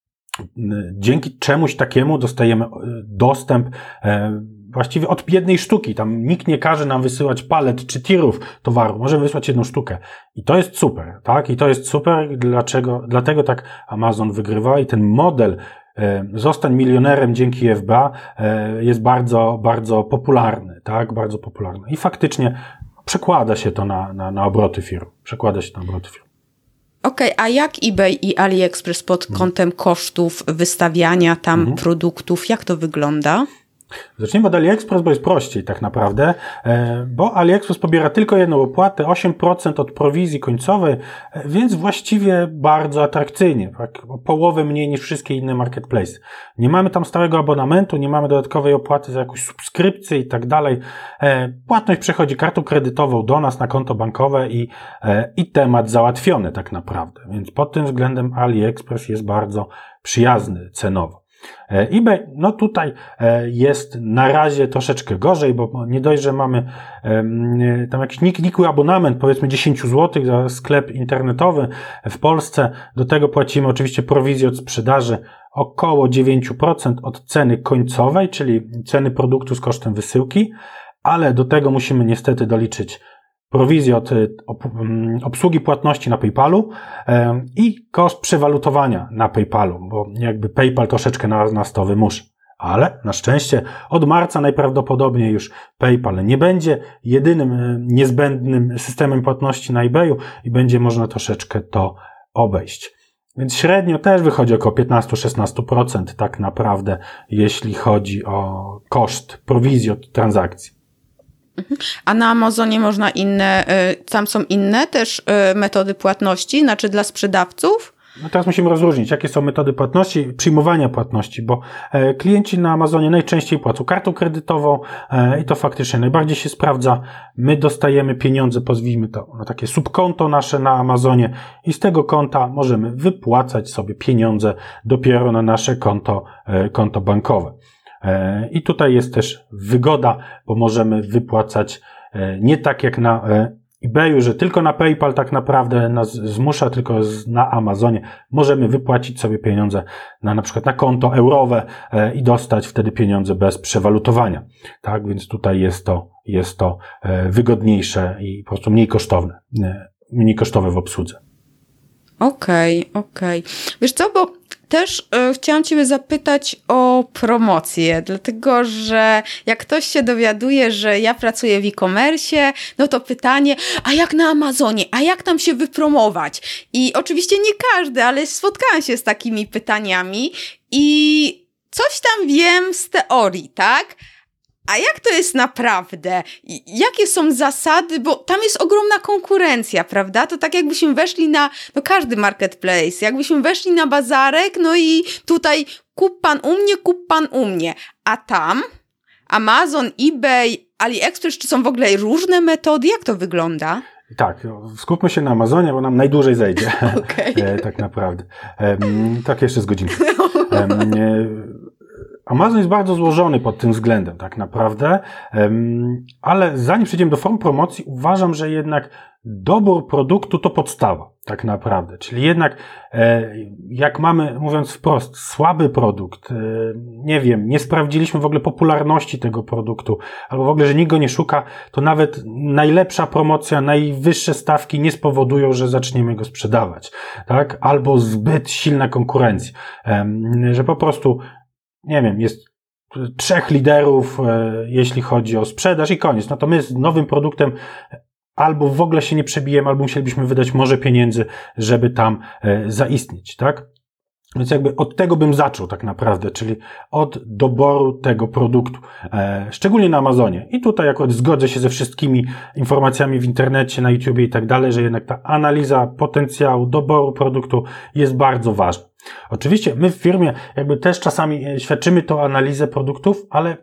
dzięki czemuś takiemu dostajemy dostęp właściwie od jednej sztuki. Tam nikt nie każe nam wysyłać palet czy tirów towaru. Możemy wysłać jedną sztukę. I to jest super, tak? I to jest super. Dlaczego? Dlatego tak Amazon wygrywa i ten model e, zostań milionerem dzięki F B A e, jest bardzo, bardzo popularny, tak? Bardzo popularny. I faktycznie przekłada się to na, na, na obroty firm. Przekłada się to na obroty firm. Okej, okay, a jak eBay i AliExpress pod kątem kosztów wystawiania tam mhm. produktów, jak to wygląda? Zacznijmy od AliExpress, bo jest prościej tak naprawdę, bo AliExpress pobiera tylko jedną opłatę, osiem procent od prowizji końcowej, więc właściwie bardzo atrakcyjnie, tak? O połowę mniej niż wszystkie inne marketplace. Nie mamy tam stałego abonamentu, nie mamy dodatkowej opłaty za jakąś subskrypcję i tak dalej. Płatność przechodzi kartą kredytową do nas na konto bankowe i, i temat załatwiony tak naprawdę, więc pod tym względem AliExpress jest bardzo przyjazny cenowo. eBay, no tutaj jest na razie troszeczkę gorzej, bo nie dość, że mamy tam jakiś nikły abonament, powiedzmy dziesięć złotych za sklep internetowy w Polsce, do tego płacimy oczywiście prowizję od sprzedaży około dziewięć procent od ceny końcowej, czyli ceny produktu z kosztem wysyłki, ale do tego musimy niestety doliczyć prowizję od obsługi płatności na PayPalu i koszt przewalutowania na PayPalu, bo jakby PayPal troszeczkę nas, nas to wymusza. Ale na szczęście od marca najprawdopodobniej już PayPal nie będzie jedynym niezbędnym systemem płatności na eBayu i będzie można troszeczkę to obejść. Więc średnio też wychodzi około piętnaście do szesnastu procent tak naprawdę, jeśli chodzi o koszt prowizji od transakcji. A na Amazonie można inne, tam są inne też metody płatności, znaczy dla sprzedawców? No teraz musimy rozróżnić, jakie są metody płatności, przyjmowania płatności, bo klienci na Amazonie najczęściej płacą kartą kredytową i to faktycznie najbardziej się sprawdza. My dostajemy pieniądze, pozwijmy to na takie subkonto nasze na Amazonie i z tego konta możemy wypłacać sobie pieniądze dopiero na nasze konto, konto bankowe. I tutaj jest też wygoda, bo możemy wypłacać nie tak jak na eBayu, że tylko na PayPal tak naprawdę nas zmusza, tylko na Amazonie możemy wypłacić sobie pieniądze na na przykład na konto eurowe i dostać wtedy pieniądze bez przewalutowania. Tak, więc tutaj jest to, jest to wygodniejsze i po prostu mniej kosztowne, mniej kosztowe w obsłudze. Okej, okay, okej. Okay. Wiesz co, bo też y, chciałam Ciebie zapytać o promocję, dlatego że jak ktoś się dowiaduje, że ja pracuję w e-commerce, no to pytanie, a jak na Amazonie, a jak tam się wypromować? I oczywiście nie każdy, ale spotkałam się z takimi pytaniami i coś tam wiem z teorii, tak? A jak to jest naprawdę? Jakie są zasady? Bo tam jest ogromna konkurencja, prawda? To tak jakbyśmy weszli na, no każdy marketplace, jakbyśmy weszli na bazarek, no i tutaj kup pan u mnie, kup pan u mnie. A tam Amazon, eBay, AliExpress, czy są w ogóle różne metody? Jak to wygląda? Tak, skupmy się na Amazonie, bo nam najdłużej zejdzie. Okay. Tak naprawdę. Tak jeszcze z godzinką. Amazon jest bardzo złożony pod tym względem, tak naprawdę, ale zanim przejdziemy do form promocji, uważam, że jednak dobór produktu to podstawa, tak naprawdę. Czyli jednak jak mamy, mówiąc wprost, słaby produkt, nie wiem, nie sprawdziliśmy w ogóle popularności tego produktu, albo w ogóle, że nikt go nie szuka, to nawet najlepsza promocja, najwyższe stawki nie spowodują, że zaczniemy go sprzedawać, tak? Albo zbyt silna konkurencja, że po prostu, nie wiem, jest trzech liderów, jeśli chodzi o sprzedaż i koniec. No to my z nowym produktem albo w ogóle się nie przebijemy, albo musielibyśmy wydać morze pieniędzy, żeby tam zaistnieć, tak? Więc jakby od tego bym zaczął tak naprawdę, czyli od doboru tego produktu, e, szczególnie na Amazonie. I tutaj akurat zgodzę się ze wszystkimi informacjami w internecie, na YouTubie i tak dalej, że jednak ta analiza potencjału doboru produktu jest bardzo ważna. Oczywiście my w firmie jakby też czasami świadczymy tą analizę produktów, ale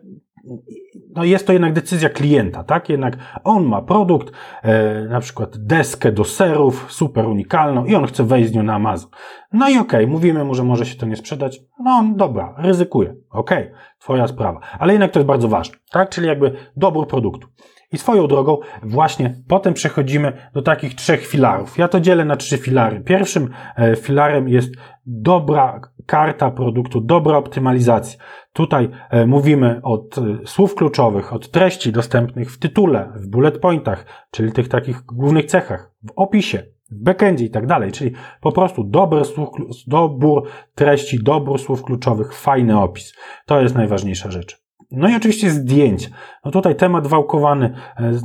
no jest to jednak decyzja klienta, tak? Jednak on ma produkt, e, na przykład deskę do serów, super unikalną i on chce wejść z nią na Amazon. No i okej, okay, mówimy mu, że może się to nie sprzedać. No dobra, ryzykuje. Okej, okay, twoja sprawa. Ale jednak to jest bardzo ważne, tak? Czyli jakby dobór produktu. I swoją drogą właśnie potem przechodzimy do takich trzech filarów. Ja to dzielę na trzy filary. Pierwszym e, filarem jest dobra karta produktu, dobra optymalizacja. Tutaj e, mówimy od e, słów kluczowych, od treści dostępnych w tytule, w bullet pointach, czyli tych takich głównych cechach, w opisie, w backendzie i tak dalej. Czyli po prostu dobry słów, dobór treści, dobór słów kluczowych, fajny opis. To jest najważniejsza rzecz. No i oczywiście zdjęcia. No tutaj temat wałkowany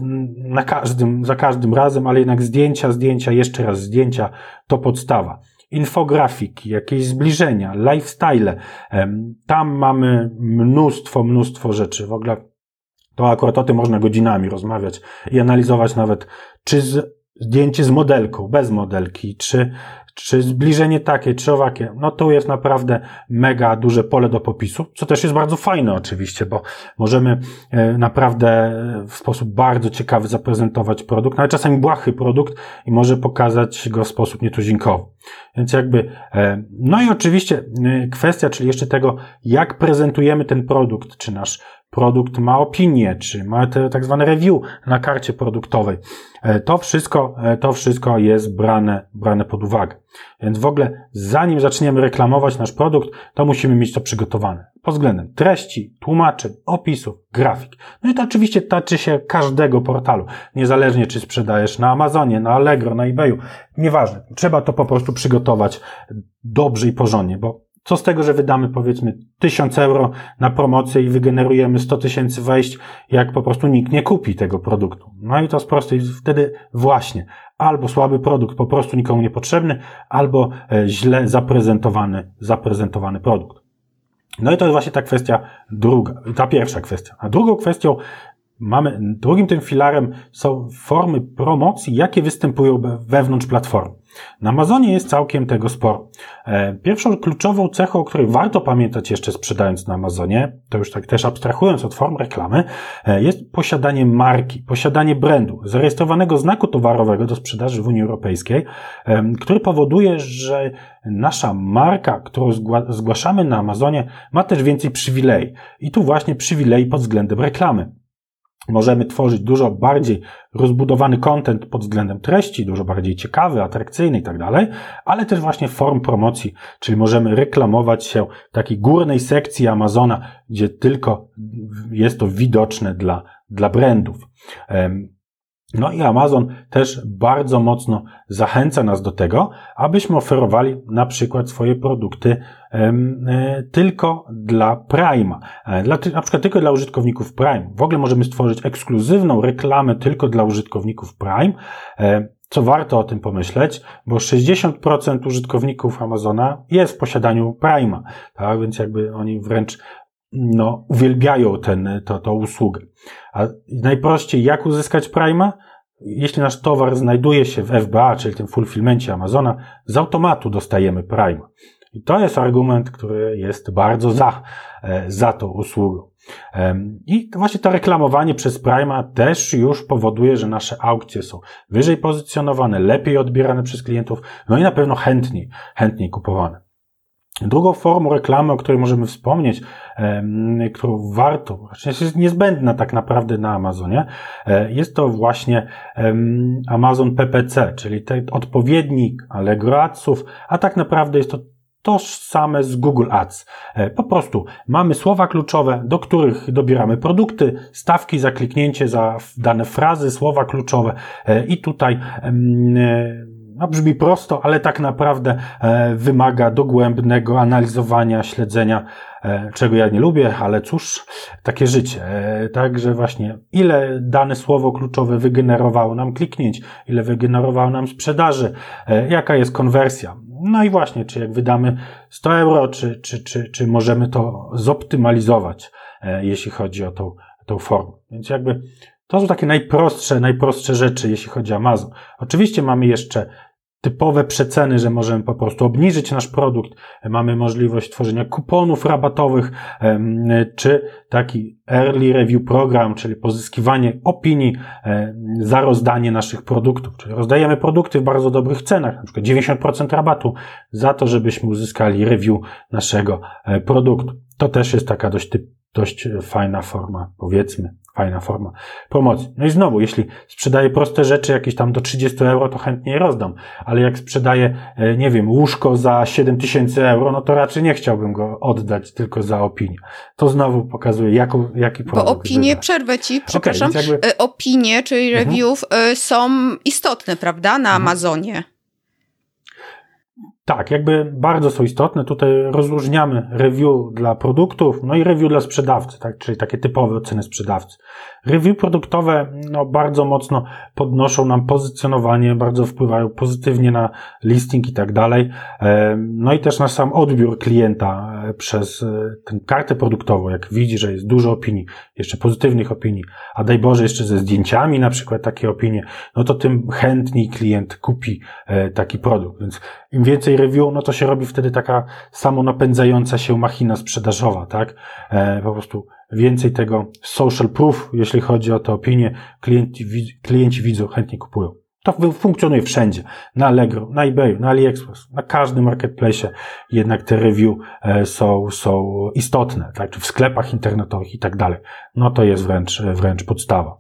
na każdym, za każdym razem, ale jednak zdjęcia, zdjęcia, jeszcze raz zdjęcia to podstawa. Infografiki, jakieś zbliżenia, lifestyle. Tam mamy mnóstwo, mnóstwo rzeczy. W ogóle to akurat o tym można godzinami rozmawiać i analizować nawet, czy z, zdjęcie z modelką, bez modelki, czy czy zbliżenie takie, czy owakie, no to jest naprawdę mega duże pole do popisu, co też jest bardzo fajne oczywiście, bo możemy naprawdę w sposób bardzo ciekawy zaprezentować produkt, nawet czasami błahy produkt i może pokazać go w sposób nietuzinkowy. Więc jakby, no i oczywiście kwestia, czyli jeszcze tego, jak prezentujemy ten produkt, czy nasz produkt ma opinię, czy ma te tak zwane review na karcie produktowej. To wszystko, to wszystko jest brane, brane pod uwagę. Więc w ogóle zanim zaczniemy reklamować nasz produkt, to musimy mieć to przygotowane. Pod względem treści, tłumaczeń, opisów, grafik. No i to oczywiście tyczy się każdego portalu. Niezależnie czy sprzedajesz na Amazonie, na Allegro, na eBayu. Nieważne. Trzeba to po prostu przygotować dobrze i porządnie, bo co z tego, że wydamy powiedzmy tysiąc euro na promocję i wygenerujemy sto tysięcy wejść, jak po prostu nikt nie kupi tego produktu. No i to z prostej, wtedy właśnie albo słaby produkt, po prostu nikomu niepotrzebny, albo źle zaprezentowany, zaprezentowany produkt. No i to jest właśnie ta kwestia druga, ta pierwsza kwestia. A drugą kwestią mamy, drugim tym filarem są formy promocji, jakie występują wewnątrz platformy. Na Amazonie jest całkiem tego sporo. Pierwszą kluczową cechą, o której warto pamiętać jeszcze sprzedając na Amazonie, to już tak też abstrahując od form reklamy, jest posiadanie marki, posiadanie brandu, zarejestrowanego znaku towarowego do sprzedaży w Unii Europejskiej, który powoduje, że nasza marka, którą zgłaszamy na Amazonie, ma też więcej przywilei. I tu właśnie przywilei pod względem reklamy. Możemy tworzyć dużo bardziej rozbudowany content pod względem treści, dużo bardziej ciekawy, atrakcyjny i tak dalej, ale też właśnie form promocji, czyli możemy reklamować się w takiej górnej sekcji Amazona, gdzie tylko jest to widoczne dla, dla brandów. No i Amazon też bardzo mocno zachęca nas do tego, abyśmy oferowali na przykład swoje produkty um, e, tylko dla Prime'a. E, dla, na przykład tylko dla użytkowników Prime. W ogóle możemy stworzyć ekskluzywną reklamę tylko dla użytkowników Prime, e, co warto o tym pomyśleć, bo sześćdziesiąt procent użytkowników Amazona jest w posiadaniu Prime'a, tak? Więc jakby oni wręcz no, uwielbiają ten, to, to usługę. A najprościej jak uzyskać Prime'a? Jeśli nasz towar znajduje się w F B A, czyli tym fulfillmencie Amazona, z automatu dostajemy Prime'a. I to jest argument, który jest bardzo za, za tą usługą. I właśnie to reklamowanie przez Prime'a też już powoduje, że nasze aukcje są wyżej pozycjonowane, lepiej odbierane przez klientów, no i na pewno chętniej, chętniej kupowane. Drugą formą reklamy, o której możemy wspomnieć, którą warto, jest niezbędna tak naprawdę na Amazonie, jest to właśnie Amazon P P C, czyli ten odpowiednik Allegro Adsów, a tak naprawdę jest to tożsame z Google Ads. Po prostu mamy słowa kluczowe, do których dobieramy produkty, stawki za kliknięcie, za dane frazy, słowa kluczowe i tutaj no, brzmi prosto, ale tak naprawdę e, wymaga dogłębnego analizowania, śledzenia, e, czego ja nie lubię, ale cóż, takie życie. E, także właśnie, ile dane słowo kluczowe wygenerowało nam kliknięć, ile wygenerowało nam sprzedaży, e, jaka jest konwersja. No i właśnie, czy jak wydamy sto euro, czy, czy, czy, czy możemy to zoptymalizować, e, jeśli chodzi o tą, tą formę. Więc jakby to są takie najprostsze, najprostsze rzeczy, jeśli chodzi o Amazon. Oczywiście mamy jeszcze typowe przeceny, że możemy po prostu obniżyć nasz produkt, mamy możliwość tworzenia kuponów rabatowych, czy taki early review program, czyli pozyskiwanie opinii za rozdanie naszych produktów, czyli rozdajemy produkty w bardzo dobrych cenach, na przykład dziewięćdziesiąt procent rabatu za to, żebyśmy uzyskali review naszego produktu. To też jest taka dość typ, dość fajna forma, powiedzmy, fajna forma promocji. No i znowu, jeśli sprzedaję proste rzeczy jakieś tam do trzydzieści euro, to chętnie je rozdam, ale jak sprzedaję, nie wiem, łóżko za siedem tysięcy euro, no to raczej nie chciałbym go oddać tylko za opinię. To znowu pokazuje, jaką, jaki produkt Bo opinie, wybrać. przerwę ci, przepraszam, Okay, jakby... opinie, czyli reviews mhm. są istotne, prawda, na mhm. Amazonie. Tak, jakby bardzo są istotne. Tutaj rozróżniamy review dla produktów, no i review dla sprzedawcy, tak, czyli takie typowe oceny sprzedawcy. Review produktowe, no, bardzo mocno podnoszą nam pozycjonowanie, bardzo wpływają pozytywnie na listing i tak dalej. No i też na sam odbiór klienta przez tę kartę produktową, jak widzi, że jest dużo opinii, jeszcze pozytywnych opinii, a daj Boże jeszcze ze zdjęciami na przykład takie opinie, no to tym chętniej klient kupi taki produkt. Więc im więcej review, no to się robi wtedy taka samonapędzająca się machina sprzedażowa, tak? Po prostu więcej tego social proof, jeśli chodzi o te opinie, klienci, klienci widzą, chętnie kupują. To funkcjonuje wszędzie. Na Allegro, na eBayu, na AliExpress, na każdym marketplace jednak te review są, są istotne, tak? Czy w sklepach internetowych i tak dalej. No to jest wręcz, wręcz podstawa.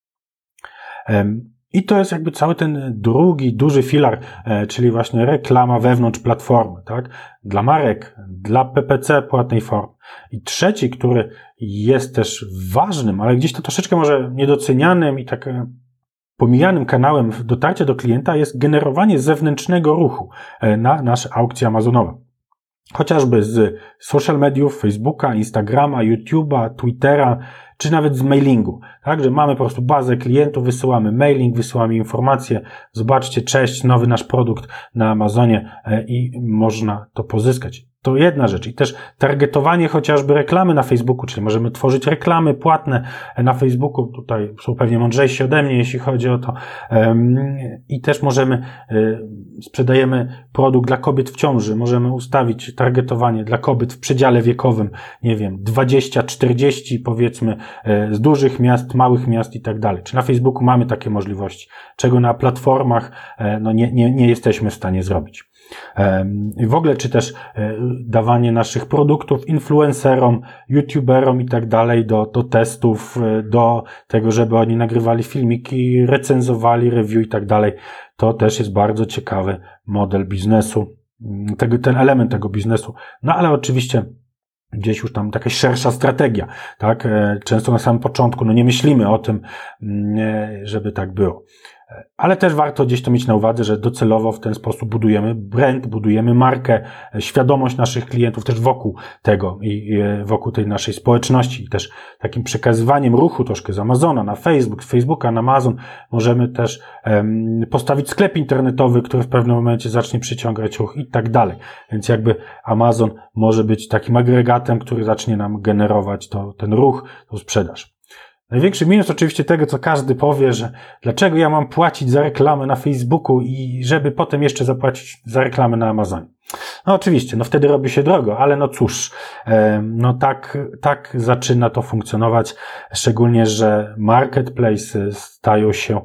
I to jest jakby cały ten drugi, duży filar, czyli właśnie reklama wewnątrz platformy, tak? Dla marek, dla P P C płatnej formy. I trzeci, który jest też ważnym, ale gdzieś to troszeczkę może niedocenianym i tak pomijanym kanałem dotarcia do klienta jest generowanie zewnętrznego ruchu na nasze aukcje amazonowe. Chociażby z social mediów, Facebooka, Instagrama, YouTube'a, Twittera, czy nawet z mailingu. Tak, że mamy po prostu bazę klientów, wysyłamy mailing, wysyłamy informacje, zobaczcie, cześć, nowy nasz produkt na Amazonie i można to pozyskać. To jedna rzecz. I też targetowanie chociażby reklamy na Facebooku, czyli możemy tworzyć reklamy płatne na Facebooku. Tutaj są pewnie mądrzejsi ode mnie, jeśli chodzi o to. I też możemy, sprzedajemy produkt dla kobiet w ciąży. Możemy ustawić targetowanie dla kobiet w przedziale wiekowym, nie wiem, dwadzieścia czterdzieści powiedzmy, z dużych miast, małych miast i tak dalej. Czy na Facebooku mamy takie możliwości, czego na platformach no nie, nie, nie jesteśmy w stanie zrobić. I w ogóle, czy też dawanie naszych produktów influencerom, youtuberom i tak dalej do, do testów, do tego, żeby oni nagrywali filmiki, recenzowali, review i tak dalej. To też jest bardzo ciekawy model biznesu, tego, ten element tego biznesu. No ale oczywiście gdzieś już tam jakaś szersza strategia, tak? Często na samym początku, no nie myślimy o tym, żeby tak było. Ale też warto gdzieś to mieć na uwadze, że docelowo w ten sposób budujemy brand, budujemy markę, świadomość naszych klientów też wokół tego i wokół tej naszej społeczności i też takim przekazywaniem ruchu troszkę z Amazona na Facebook, z Facebooka na Amazon możemy też um, postawić sklep internetowy, który w pewnym momencie zacznie przyciągać ruch i tak dalej. Więc jakby Amazon może być takim agregatem, który zacznie nam generować to, ten ruch, tą sprzedaż. Największy minus oczywiście tego, co każdy powie, że dlaczego ja mam płacić za reklamę na Facebooku i żeby potem jeszcze zapłacić za reklamę na Amazonie. No oczywiście, no wtedy robi się drogo, ale no cóż, no tak, tak zaczyna to funkcjonować, szczególnie, że marketplace stają się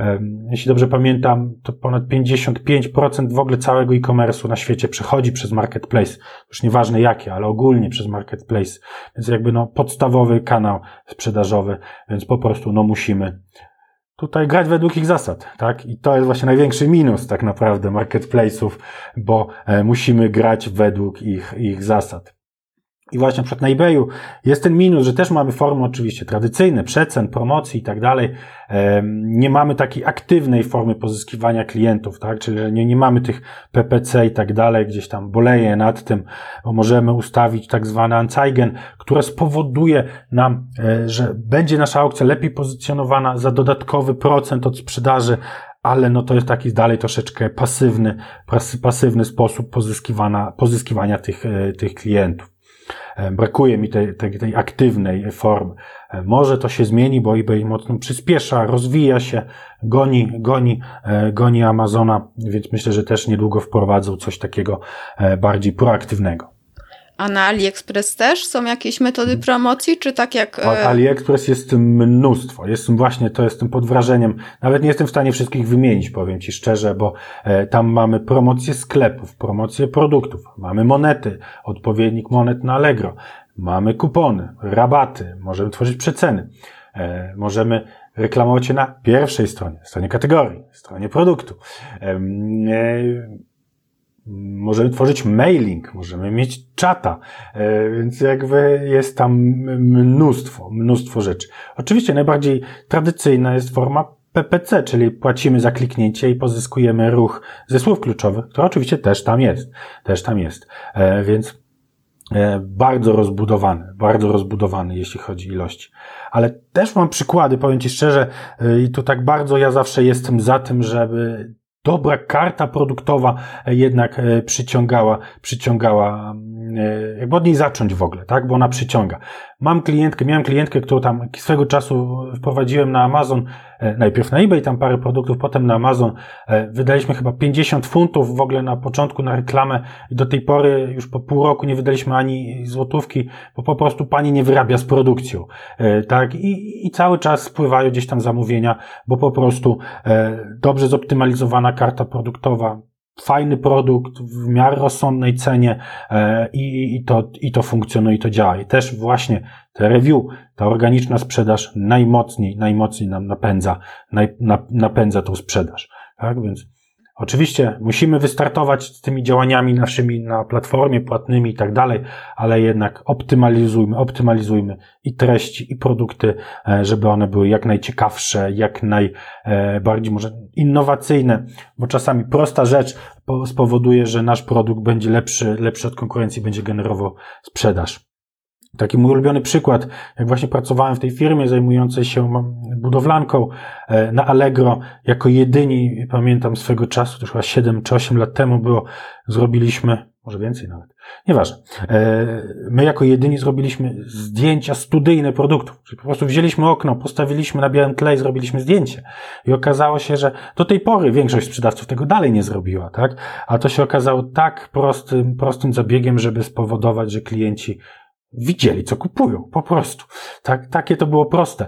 Jeśli dobrze pamiętam, to ponad pięćdziesiąt pięć procent w ogóle całego e-commerce'u na świecie przechodzi przez marketplace. Już nieważne jakie, ale ogólnie przez marketplace. Więc jakby no podstawowy kanał sprzedażowy, więc po prostu no musimy tutaj grać według ich zasad, tak? I to jest właśnie największy minus tak naprawdę marketplace'ów, bo e, musimy grać według ich, ich zasad. I właśnie na przykład na eBayu jest ten minus, że też mamy formy oczywiście tradycyjne, przecen, promocji i tak dalej. Nie mamy takiej aktywnej formy pozyskiwania klientów, tak? Czyli że nie, nie mamy tych P P C i tak dalej, gdzieś tam boleję nad tym, bo możemy ustawić tak zwane Anzeigen, które spowoduje nam, że będzie nasza aukcja lepiej pozycjonowana za dodatkowy procent od sprzedaży, ale no to jest taki dalej troszeczkę pasywny, pasywny sposób pozyskiwania, pozyskiwania tych, tych klientów. Brakuje mi tej, tej, tej aktywnej formy. Może to się zmieni, bo eBay mocno przyspiesza, rozwija się, goni, goni, goni Amazona, więc myślę, że też niedługo wprowadzą coś takiego bardziej proaktywnego. A na AliExpress też są jakieś metody promocji, czy tak jak... AliExpress jest mnóstwo. Jestem właśnie, to jestem pod wrażeniem. Nawet nie jestem w stanie wszystkich wymienić, powiem Ci szczerze, bo tam mamy promocje sklepów, promocje produktów, mamy monety, odpowiednik monet na Allegro, mamy kupony, rabaty, możemy tworzyć przeceny, możemy reklamować się na pierwszej stronie, stronie kategorii, stronie produktu. Możemy tworzyć mailing, możemy mieć czata, więc jakby jest tam mnóstwo, mnóstwo rzeczy. Oczywiście najbardziej tradycyjna jest forma P P C, czyli płacimy za kliknięcie i pozyskujemy ruch ze słów kluczowych, to oczywiście też tam jest, też tam jest, więc bardzo rozbudowany, bardzo rozbudowany, jeśli chodzi o ilości. Ale też mam przykłady, powiem Ci szczerze, i tu tak bardzo ja zawsze jestem za tym, żeby dobra karta produktowa jednak przyciągała, przyciągała, jakby od niej zacząć w ogóle, tak, bo ona przyciąga. Mam klientkę, miałem klientkę, którą tam swego czasu wprowadziłem na Amazon, najpierw na eBay, tam parę produktów, potem na Amazon. Wydaliśmy chyba pięćdziesiąt funtów w ogóle na początku na reklamę i do tej pory już po pół roku nie wydaliśmy ani złotówki, bo po prostu pani nie wyrabia z produkcją, tak, i, i cały czas spływają gdzieś tam zamówienia, bo po prostu dobrze zoptymalizowana karta produktowa, fajny produkt w miarę rozsądnej cenie e, i, i, to, i to funkcjonuje, i to działa. I też właśnie te review, ta organiczna sprzedaż najmocniej, najmocniej nam napędza, naj, na, napędza tą sprzedaż. Tak? Więc oczywiście musimy wystartować z tymi działaniami naszymi na platformie płatnymi i tak dalej, ale jednak optymalizujmy, optymalizujmy i treści, i produkty, żeby one były jak najciekawsze, jak najbardziej może innowacyjne, bo czasami prosta rzecz spowoduje, że nasz produkt będzie lepszy, lepszy od konkurencji, będzie generował sprzedaż. Taki mój ulubiony przykład, jak właśnie pracowałem w tej firmie zajmującej się budowlanką na Allegro, jako jedyni, pamiętam swego czasu, to już chyba siedem czy osiem lat temu było, zrobiliśmy, może więcej nawet, nieważne, my jako jedyni zrobiliśmy zdjęcia studyjne produktów, czyli po prostu wzięliśmy okno, postawiliśmy na białym tle i zrobiliśmy zdjęcie. I okazało się, że do tej pory większość sprzedawców tego dalej nie zrobiła, tak? A to się okazało tak prostym, prostym zabiegiem, żeby spowodować, że klienci widzieli, co kupują, po prostu. Tak, takie to było proste.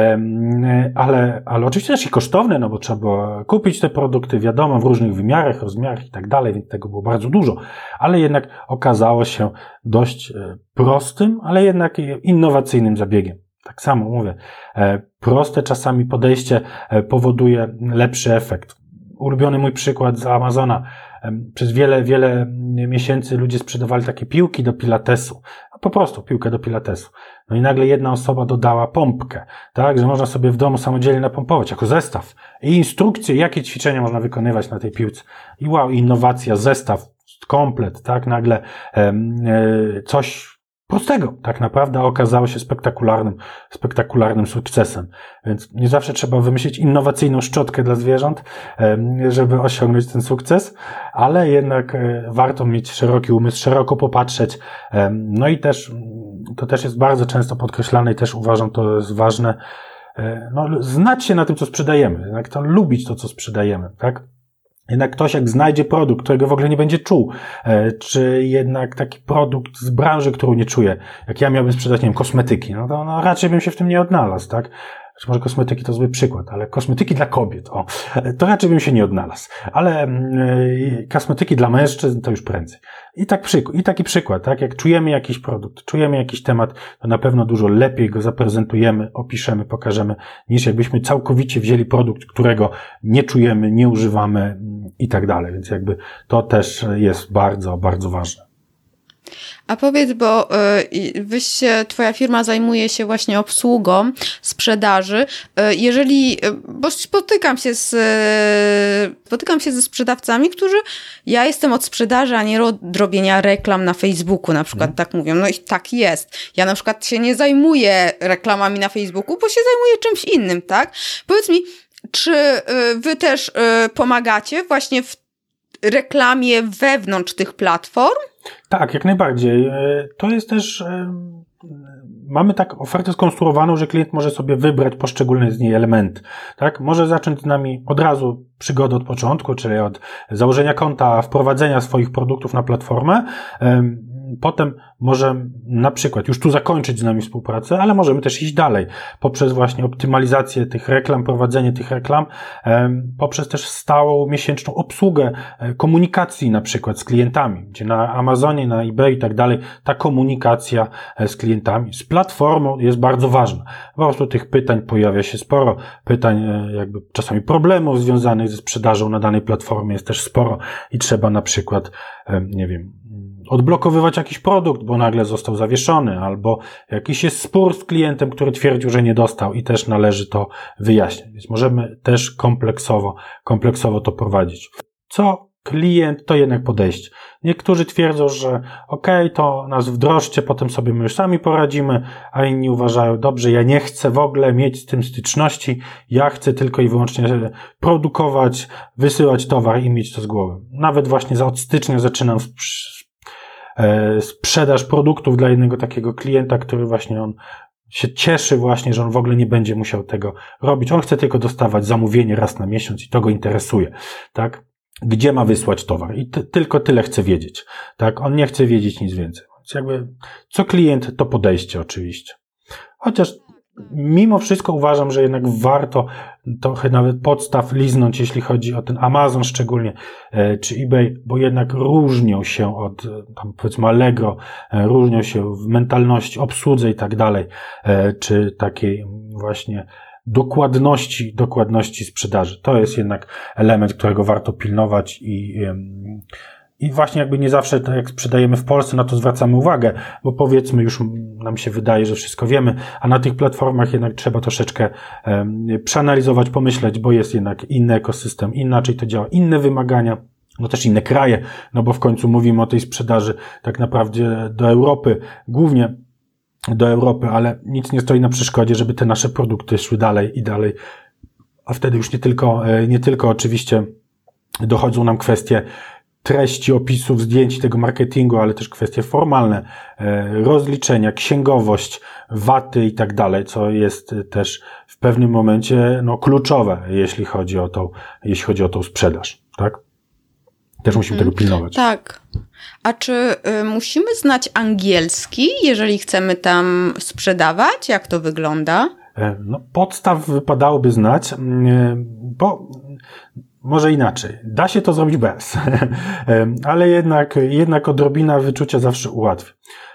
Ale, ale oczywiście też i kosztowne, no bo trzeba było kupić te produkty, wiadomo, w różnych wymiarach, rozmiarach i tak dalej, więc tego było bardzo dużo. Ale jednak okazało się dość prostym, ale jednak innowacyjnym zabiegiem. Tak samo mówię, proste czasami podejście powoduje lepszy efekt. Ulubiony mój przykład z Amazona. Przez wiele, wiele miesięcy ludzie sprzedawali takie piłki do pilatesu. Po prostu piłkę do pilatesu. No i nagle jedna osoba dodała pompkę, tak, że można sobie w domu samodzielnie napompować jako zestaw. I instrukcje, jakie ćwiczenia można wykonywać na tej piłce. I wow, innowacja, zestaw, komplet, tak, nagle e, e, coś prostego, tak naprawdę okazało się spektakularnym, spektakularnym sukcesem. Więc nie zawsze trzeba wymyślić innowacyjną szczotkę dla zwierząt, żeby osiągnąć ten sukces, ale jednak warto mieć szeroki umysł, szeroko popatrzeć. No i też, to też jest bardzo często podkreślane i też uważam, to jest ważne, no, znać się na tym, co sprzedajemy, jednak to lubić to, co sprzedajemy, tak? Jednak ktoś jak znajdzie produkt, którego w ogóle nie będzie czuł, czy jednak taki produkt z branży, którą nie czuje, jak ja miałbym sprzedać, nie wiem, kosmetyki, no to no, raczej bym się w tym nie odnalazł, tak? znaczy może kosmetyki to zły przykład, ale kosmetyki dla kobiet, o, to raczej bym się nie odnalazł. Ale yy, kosmetyki dla mężczyzn to już prędzej. I, tak przyk- I taki przykład, tak? Jak czujemy jakiś produkt, czujemy jakiś temat, to na pewno dużo lepiej go zaprezentujemy, opiszemy, pokażemy, niż jakbyśmy całkowicie wzięli produkt, którego nie czujemy, nie używamy i tak dalej. Więc jakby to też jest bardzo, bardzo ważne. A powiedz, bo y, wyście, twoja firma zajmuje się właśnie obsługą sprzedaży. Y, jeżeli, bo spotykam się z, y, spotykam się ze sprzedawcami, którzy, ja jestem od sprzedaży, a nie od robienia reklam na Facebooku, na przykład hmm. tak mówią. No i tak jest. Ja na przykład się nie zajmuję reklamami na Facebooku, bo się zajmuję czymś innym, tak? Powiedz mi, czy y, wy też y, pomagacie właśnie w reklamie wewnątrz tych platform? Tak, jak najbardziej. To jest też, mamy tak ofertę skonstruowaną, że klient może sobie wybrać poszczególne z niej elementy. Tak? Może zacząć z nami od razu przygodę od początku, czyli od założenia konta, wprowadzenia swoich produktów na platformę. Potem może na przykład już tu zakończyć z nami współpracę, ale możemy też iść dalej poprzez właśnie optymalizację tych reklam, prowadzenie tych reklam, poprzez też stałą miesięczną obsługę komunikacji na przykład z klientami, gdzie na Amazonie, na eBay i tak dalej ta komunikacja z klientami, z platformą jest bardzo ważna. Po prostu tych pytań pojawia się sporo, pytań jakby czasami problemów związanych ze sprzedażą na danej platformie jest też sporo i trzeba na przykład, nie wiem, odblokowywać jakiś produkt, bo nagle został zawieszony, albo jakiś jest spór z klientem, który twierdził, że nie dostał i też należy to wyjaśnić. Więc możemy też kompleksowo, kompleksowo to prowadzić. Co klient, to jednak podejście. Niektórzy twierdzą, że okej, okay, to nas wdrożcie, potem sobie my już sami poradzimy, a inni uważają, dobrze, ja nie chcę w ogóle mieć z tym styczności, ja chcę tylko i wyłącznie produkować, wysyłać towar i mieć to z głowy. Nawet właśnie za od stycznia zaczynam sprzedaż produktów dla jednego takiego klienta, który właśnie on się cieszy właśnie, że on w ogóle nie będzie musiał tego robić. On chce tylko dostawać zamówienie raz na miesiąc i to go interesuje, tak? Gdzie ma wysłać towar i ty, tylko tyle chce wiedzieć, tak? On nie chce wiedzieć nic więcej. Więc jakby co klient, to podejście oczywiście. Chociaż mimo wszystko uważam, że jednak warto trochę nawet podstaw liznąć, jeśli chodzi o ten Amazon szczególnie, czy eBay, bo jednak różnią się od, tam powiedzmy Allegro, różnią się w mentalności, obsłudze i tak dalej, czy takiej właśnie dokładności, dokładności sprzedaży. To jest jednak element, którego warto pilnować i I właśnie jakby nie zawsze, tak jak sprzedajemy w Polsce, na to zwracamy uwagę, bo powiedzmy już nam się wydaje, że wszystko wiemy, a na tych platformach jednak trzeba troszeczkę um, przeanalizować, pomyśleć, bo jest jednak inny ekosystem, inaczej to działa, inne wymagania, no też inne kraje, no bo w końcu mówimy o tej sprzedaży tak naprawdę do Europy, głównie do Europy, ale nic nie stoi na przeszkodzie, żeby te nasze produkty szły dalej i dalej, a wtedy już nie tylko, nie tylko oczywiście dochodzą nam kwestie treści, opisów, zdjęć tego marketingu, ale też kwestie formalne, rozliczenia, księgowość, waty i tak dalej, co jest też w pewnym momencie no, kluczowe, jeśli chodzi o tą, jeśli chodzi o tą sprzedaż, tak? Też musimy hmm. tego pilnować. Tak. A czy y, musimy znać angielski, jeżeli chcemy tam sprzedawać? Jak to wygląda? No, podstaw wypadałoby znać, bo może inaczej. Da się to zrobić bez, ale jednak, jednak odrobina wyczucia zawsze ułatwi.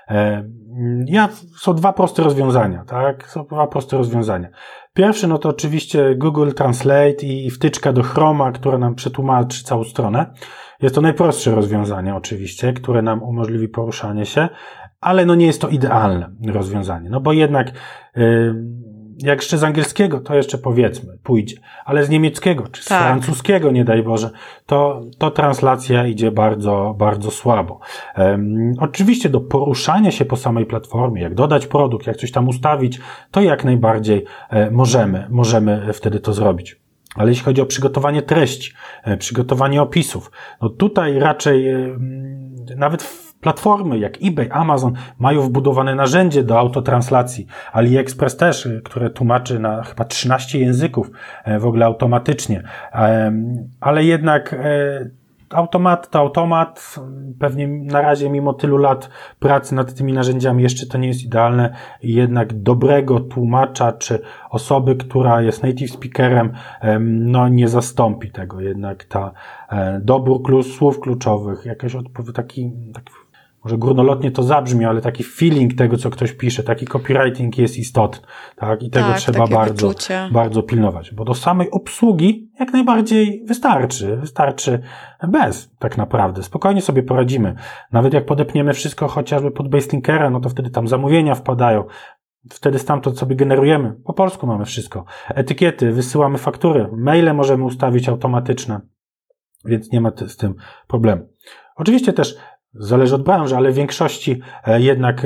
Ja, są dwa proste rozwiązania, tak? Są dwa proste rozwiązania. Pierwsze, no to oczywiście Google Translate i wtyczka do Chroma, która nam przetłumaczy całą stronę. Jest to najprostsze rozwiązanie oczywiście, które nam umożliwi poruszanie się, ale no nie jest to idealne rozwiązanie, no bo jednak yy, jak jeszcze z angielskiego, to jeszcze powiedzmy, pójdzie, ale z niemieckiego, czy z tak. francuskiego, nie daj Boże, to, to translacja idzie bardzo, bardzo słabo. Um, oczywiście do poruszania się po samej platformie, jak dodać produkt, jak coś tam ustawić, to jak najbardziej e, możemy, możemy wtedy to zrobić. Ale jeśli chodzi o przygotowanie treści, e, przygotowanie opisów, no tutaj raczej e, nawet w platformy jak eBay, Amazon mają wbudowane narzędzie do autotranslacji. AliExpress też, które tłumaczy na chyba trzynaście języków w ogóle automatycznie. Ale jednak automat to automat. Pewnie na razie mimo tylu lat pracy nad tymi narzędziami jeszcze to nie jest idealne. Jednak dobrego tłumacza czy osoby, która jest native speakerem, no nie zastąpi tego. Jednak ta dobór słów kluczowych, jakaś odpowiedź, taki, taki może górnolotnie to zabrzmi, ale taki feeling tego, co ktoś pisze, taki copywriting jest istotny, tak? I tego tak, trzeba bardzo, bardzo pilnować, bo do samej obsługi jak najbardziej wystarczy, wystarczy bez, tak naprawdę. Spokojnie sobie poradzimy. Nawet jak podepniemy wszystko chociażby pod Baselinkera, no to wtedy tam zamówienia wpadają, wtedy stamtąd sobie generujemy. Po polsku mamy wszystko. Etykiety, wysyłamy faktury, maile możemy ustawić automatyczne, więc nie ma z tym problemu. Oczywiście też zależy od branży, ale w większości jednak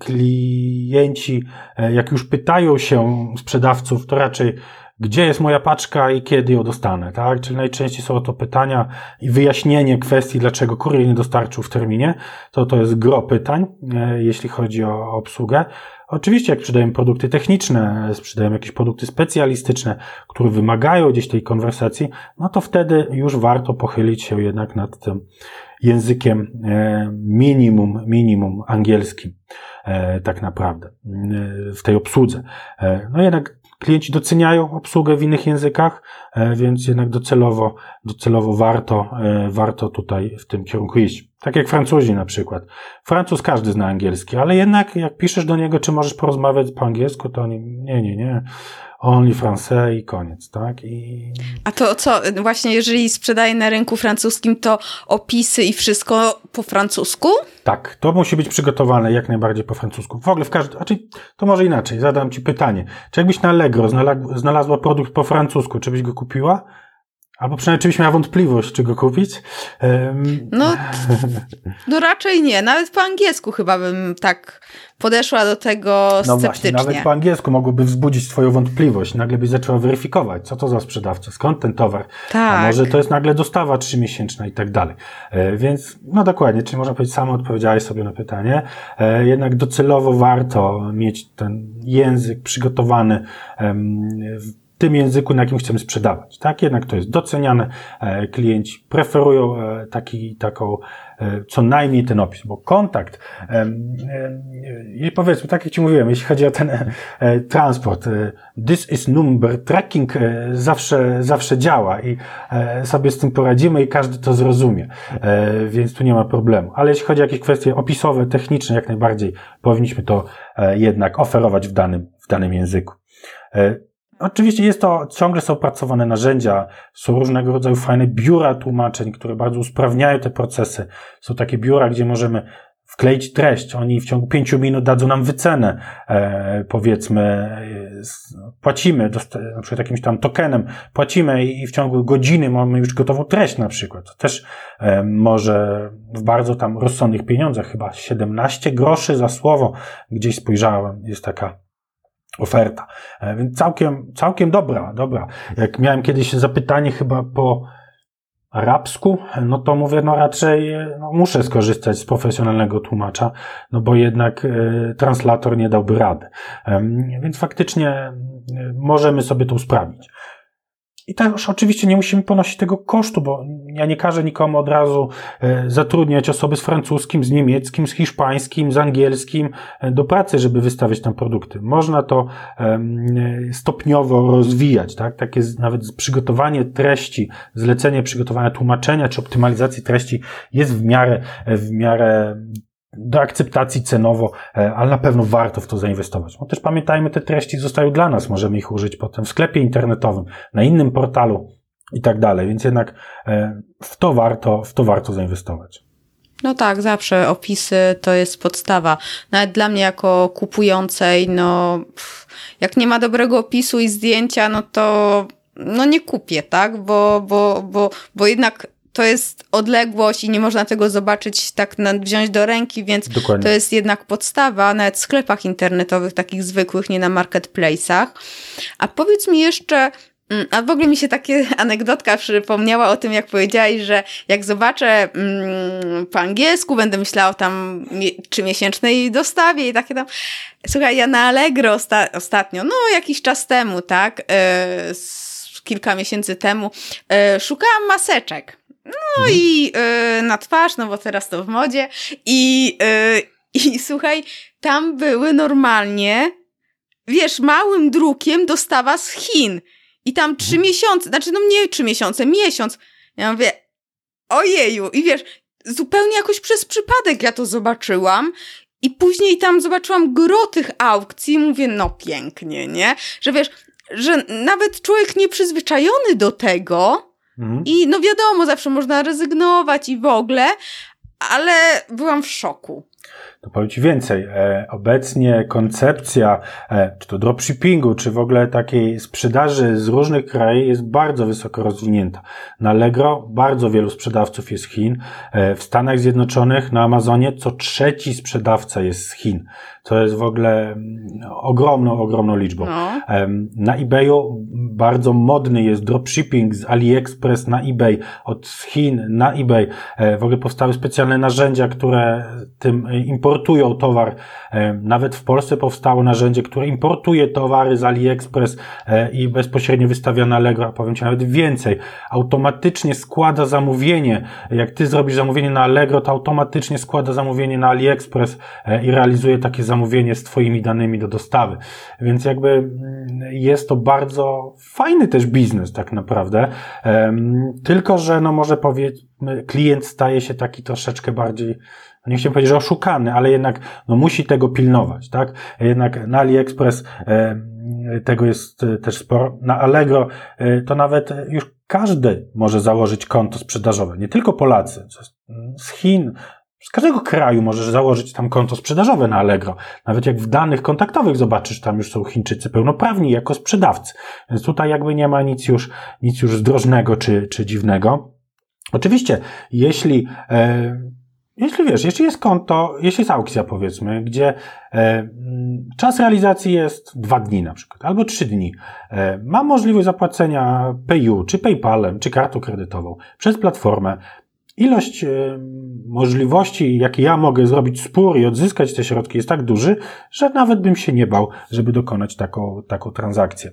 klienci, jak już pytają się sprzedawców, to raczej gdzie jest moja paczka i kiedy ją dostanę, tak? Czyli najczęściej są to pytania i wyjaśnienie kwestii, dlaczego kurier nie dostarczył w terminie. To to jest gro pytań, jeśli chodzi o obsługę. Oczywiście jak sprzedajemy produkty techniczne, sprzedajemy jakieś produkty specjalistyczne, które wymagają gdzieś tej konwersacji, no to wtedy już warto pochylić się jednak nad tym językiem minimum, minimum angielskim tak naprawdę w tej obsłudze. No jednak klienci doceniają obsługę w innych językach, więc jednak docelowo, docelowo warto, warto tutaj w tym kierunku iść. Tak jak Francuzi na przykład. Francuz każdy zna angielski, ale jednak jak piszesz do niego, czy możesz porozmawiać po angielsku, to oni, nie, nie, nie. Only français i koniec, tak? I... A to co, właśnie jeżeli sprzedaję na rynku francuskim, to opisy i wszystko po francusku? Tak, to musi być przygotowane jak najbardziej po francusku. W ogóle w każdym, znaczy, to może inaczej, zadam Ci pytanie. Czy jakbyś na Allegro znalazła produkt po francusku, czy byś go kupiła? Albo przynajmniej czy byś miała wątpliwość, czy go kupić? Um... No, no raczej nie. Nawet po angielsku chyba bym tak podeszła do tego no sceptycznie. Właśnie, nawet po angielsku mogłoby wzbudzić Twoją wątpliwość. Nagle byś zaczęła weryfikować, co to za sprzedawca, skąd ten towar. Tak. A może to jest nagle dostawa trzymiesięczna i tak dalej. E, więc, no dokładnie, czyli można powiedzieć, sama odpowiedziałeś sobie na pytanie. E, jednak docelowo warto mieć ten język przygotowany em, w tym języku, na jakim chcemy sprzedawać. Tak, jednak to jest doceniane. Klienci preferują taki, taką, co najmniej ten opis, bo kontakt, i powiedzmy, tak jak Ci mówiłem, jeśli chodzi o ten transport, this is number tracking zawsze, zawsze działa i sobie z tym poradzimy i każdy to zrozumie, więc tu nie ma problemu. Ale jeśli chodzi o jakieś kwestie opisowe, techniczne, jak najbardziej powinniśmy to jednak oferować w danym, w danym języku. Oczywiście jest to, ciągle są opracowane narzędzia, są różnego rodzaju fajne biura tłumaczeń, które bardzo usprawniają te procesy. Są takie biura, gdzie możemy wkleić treść, oni w ciągu pięciu minut dadzą nam wycenę, e, powiedzmy, e, płacimy, dosta- na przykład jakimś tam tokenem, płacimy i w ciągu godziny mamy już gotową treść na przykład. To też e, może w bardzo tam rozsądnych pieniądzach, chyba siedemnaście groszy za słowo, gdzieś spojrzałem, jest taka oferta. Więc całkiem, całkiem dobra, dobra. Jak miałem kiedyś zapytanie chyba po arabsku, no to mówię, no raczej no muszę skorzystać z profesjonalnego tłumacza, no bo jednak e, translator nie dałby rady. E, więc faktycznie e, możemy sobie to usprawnić. I też oczywiście nie musimy ponosić tego kosztu, bo ja nie każę nikomu od razu zatrudniać osoby z francuskim, z niemieckim, z hiszpańskim, z angielskim do pracy, żeby wystawiać tam produkty. Można to stopniowo rozwijać, tak? Takie nawet przygotowanie treści, zlecenie przygotowania tłumaczenia czy optymalizacji treści jest w miarę, w miarę do akceptacji cenowo, ale na pewno warto w to zainwestować. No też pamiętajmy, te treści zostają dla nas, możemy ich użyć potem w sklepie internetowym, na innym portalu i tak dalej, więc jednak w to warto, w to warto zainwestować. No tak, zawsze opisy to jest podstawa. Nawet dla mnie jako kupującej, no jak nie ma dobrego opisu i zdjęcia, no to no nie kupię, tak? Bo, bo, bo, bo jednak to jest odległość i nie można tego zobaczyć, tak wziąć do ręki, więc Dokładnie. To jest jednak podstawa, nawet w sklepach internetowych, takich zwykłych, nie na marketplace'ach. A powiedz mi jeszcze, a w ogóle mi się takie anegdotka przypomniała o tym, jak powiedziałaś, że jak zobaczę mm, po angielsku, będę myślała o tam trzymiesięcznej dostawie i takie tam. Słuchaj, ja na Allegro osta- ostatnio, no jakiś czas temu, tak, yy, kilka miesięcy temu, yy, szukałam maseczek. No mhm. i y, na twarz, no bo teraz to w modzie. I, y, i słuchaj, tam były normalnie, wiesz, małym drukiem dostawa z Chin. I tam trzy mhm. miesiące, znaczy no nie trzy miesiące, miesiąc. Ja mówię, ojeju. I wiesz, zupełnie jakoś przez przypadek ja to zobaczyłam. I później tam zobaczyłam gro tych aukcji i mówię, no pięknie, nie? Że wiesz, że nawet człowiek nieprzyzwyczajony do tego mhm. i no wiadomo, zawsze można rezygnować i w ogóle, ale byłam w szoku. To powiem Ci więcej. E, obecnie koncepcja, e, czy to dropshippingu, czy w ogóle takiej sprzedaży z różnych krajów jest bardzo wysoko rozwinięta. Na Allegro bardzo wielu sprzedawców jest z Chin. E, w Stanach Zjednoczonych na Amazonie co trzeci sprzedawca jest z Chin. To jest w ogóle ogromną, ogromną liczbą. No. E, na eBayu bardzo modny jest dropshipping z AliExpress na eBay, od Chin na eBay. E, w ogóle powstały specjalne narzędzia, które tym importują towar. Nawet w Polsce powstało narzędzie, które importuje towary z AliExpress i bezpośrednio wystawia na Allegro, a powiem Ci nawet więcej. Automatycznie składa zamówienie. Jak Ty zrobisz zamówienie na Allegro, to automatycznie składa zamówienie na AliExpress i realizuje takie zamówienie z Twoimi danymi do dostawy. Więc jakby jest to bardzo fajny też biznes tak naprawdę. Tylko, że no może powiedzmy, klient staje się taki troszeczkę bardziej, nie chciałem powiedzieć, że oszukany, ale jednak no musi tego pilnować, tak? Jednak na AliExpress e, tego jest też sporo. Na Allegro e, to nawet już każdy może założyć konto sprzedażowe, nie tylko Polacy. Z Chin, z każdego kraju możesz założyć tam konto sprzedażowe na Allegro. Nawet jak w danych kontaktowych zobaczysz, tam już są Chińczycy pełnoprawni jako sprzedawcy. Więc tutaj jakby nie ma nic już, nic już zdrożnego czy, czy dziwnego. Oczywiście, jeśli e, Jeśli wiesz, jeśli jest konto, jeśli jest aukcja powiedzmy, gdzie e, czas realizacji jest dwa dni na przykład, albo trzy dni, e, mam możliwość zapłacenia Payu, czy PayPalem, czy kartą kredytową przez platformę, ilość e, możliwości, jakie ja mogę zrobić spór i odzyskać te środki jest tak duży, że nawet bym się nie bał, żeby dokonać taką, taką transakcję.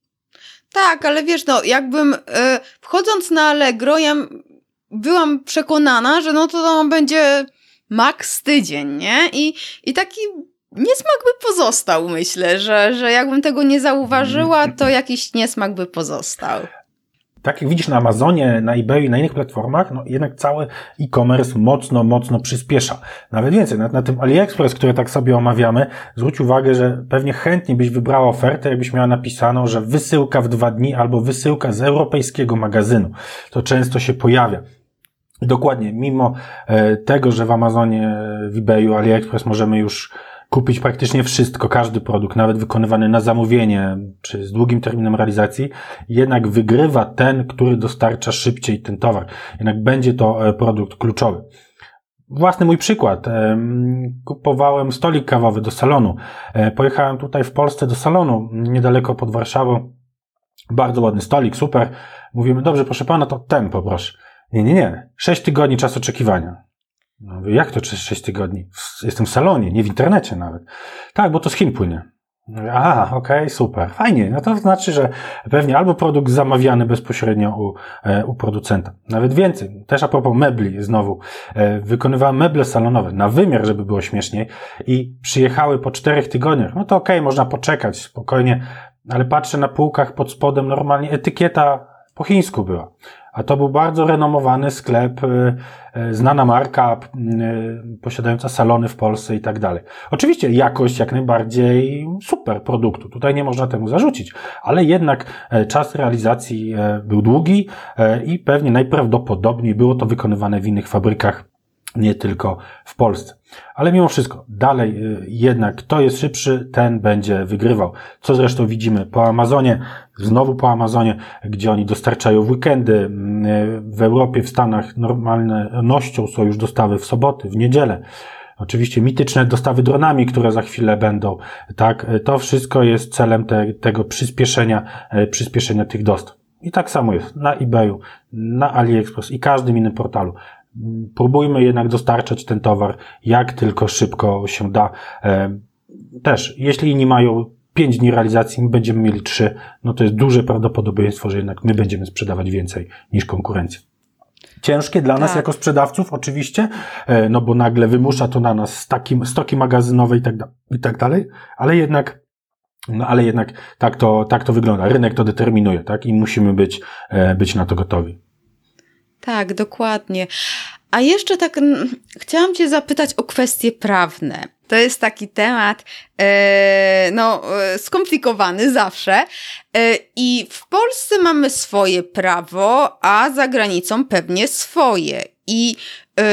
Tak, ale wiesz, no jakbym e, wchodząc na Allegro, ja byłam przekonana, że no to tam będzie maks tydzień, nie? I, i taki niesmak by pozostał, myślę, że, że jakbym tego nie zauważyła, to jakiś niesmak by pozostał. Tak jak widzisz na Amazonie, na eBayu i na innych platformach, no jednak cały e-commerce mocno, mocno przyspiesza. Nawet więcej, na, na tym AliExpress, który tak sobie omawiamy, zwróć uwagę, że pewnie chętnie byś wybrała ofertę, jakbyś miała napisano, że wysyłka w dwa dni albo wysyłka z europejskiego magazynu. To często się pojawia. Dokładnie, mimo tego, że w Amazonie, w eBayu, AliExpress możemy już kupić praktycznie wszystko, każdy produkt, nawet wykonywany na zamówienie, czy z długim terminem realizacji, jednak wygrywa ten, który dostarcza szybciej ten towar. Jednak będzie to produkt kluczowy. Własny mój przykład. Kupowałem stolik kawowy do salonu. Pojechałem tutaj w Polsce do salonu, niedaleko pod Warszawą. Bardzo ładny stolik, super. Mówimy, dobrze, proszę pana, to ten poproszę. Nie, nie, nie. Sześć tygodni czas oczekiwania. No, mówię, jak to sześć tygodni? Jestem w salonie, nie w internecie nawet. Tak, bo to z Chin płynie. Mówię, aha, okej, okay, super. Fajnie. No to znaczy, że pewnie albo produkt zamawiany bezpośrednio u, u producenta. Nawet więcej. Też a propos mebli znowu. Wykonywałem meble salonowe na wymiar, żeby było śmieszniej i przyjechały po czterech tygodniach. No to okej, okay, można poczekać spokojnie, ale patrzę na półkach pod spodem, normalnie etykieta po chińsku była. A to był bardzo renomowany sklep, znana marka, posiadająca salony w Polsce i tak dalej. Oczywiście jakość jak najbardziej super produktu, tutaj nie można temu zarzucić, ale jednak czas realizacji był długi i pewnie najprawdopodobniej było to wykonywane w innych fabrykach, nie tylko w Polsce. Ale mimo wszystko, dalej jednak kto jest szybszy, ten będzie wygrywał. Co zresztą widzimy po Amazonie, znowu po Amazonie, gdzie oni dostarczają w weekendy. W Europie, w Stanach normalnością są już dostawy w soboty, w niedzielę. Oczywiście mityczne dostawy dronami, które za chwilę będą. Tak, to wszystko jest celem te, tego przyspieszenia, przyspieszenia tych dostaw. I tak samo jest na eBayu, na AliExpress i każdym innym portalu. Próbujmy jednak dostarczać ten towar jak tylko szybko się da. Też, jeśli inni mają pięć dni realizacji, my będziemy mieli trzy, no to jest duże prawdopodobieństwo, że jednak my będziemy sprzedawać więcej niż konkurencja. ciężkie dla nas tak. jako sprzedawców oczywiście, no bo nagle wymusza to na nas staki, stoki magazynowe i tak, da, i tak dalej, ale jednak, no ale jednak tak to, tak to wygląda. Rynek to determinuje, tak? I musimy być, być na to gotowi. Tak, dokładnie. A jeszcze tak m, chciałam cię zapytać o kwestie prawne. To jest taki temat e, no, e, skomplikowany zawsze e, i w Polsce mamy swoje prawo, a za granicą pewnie swoje. I e,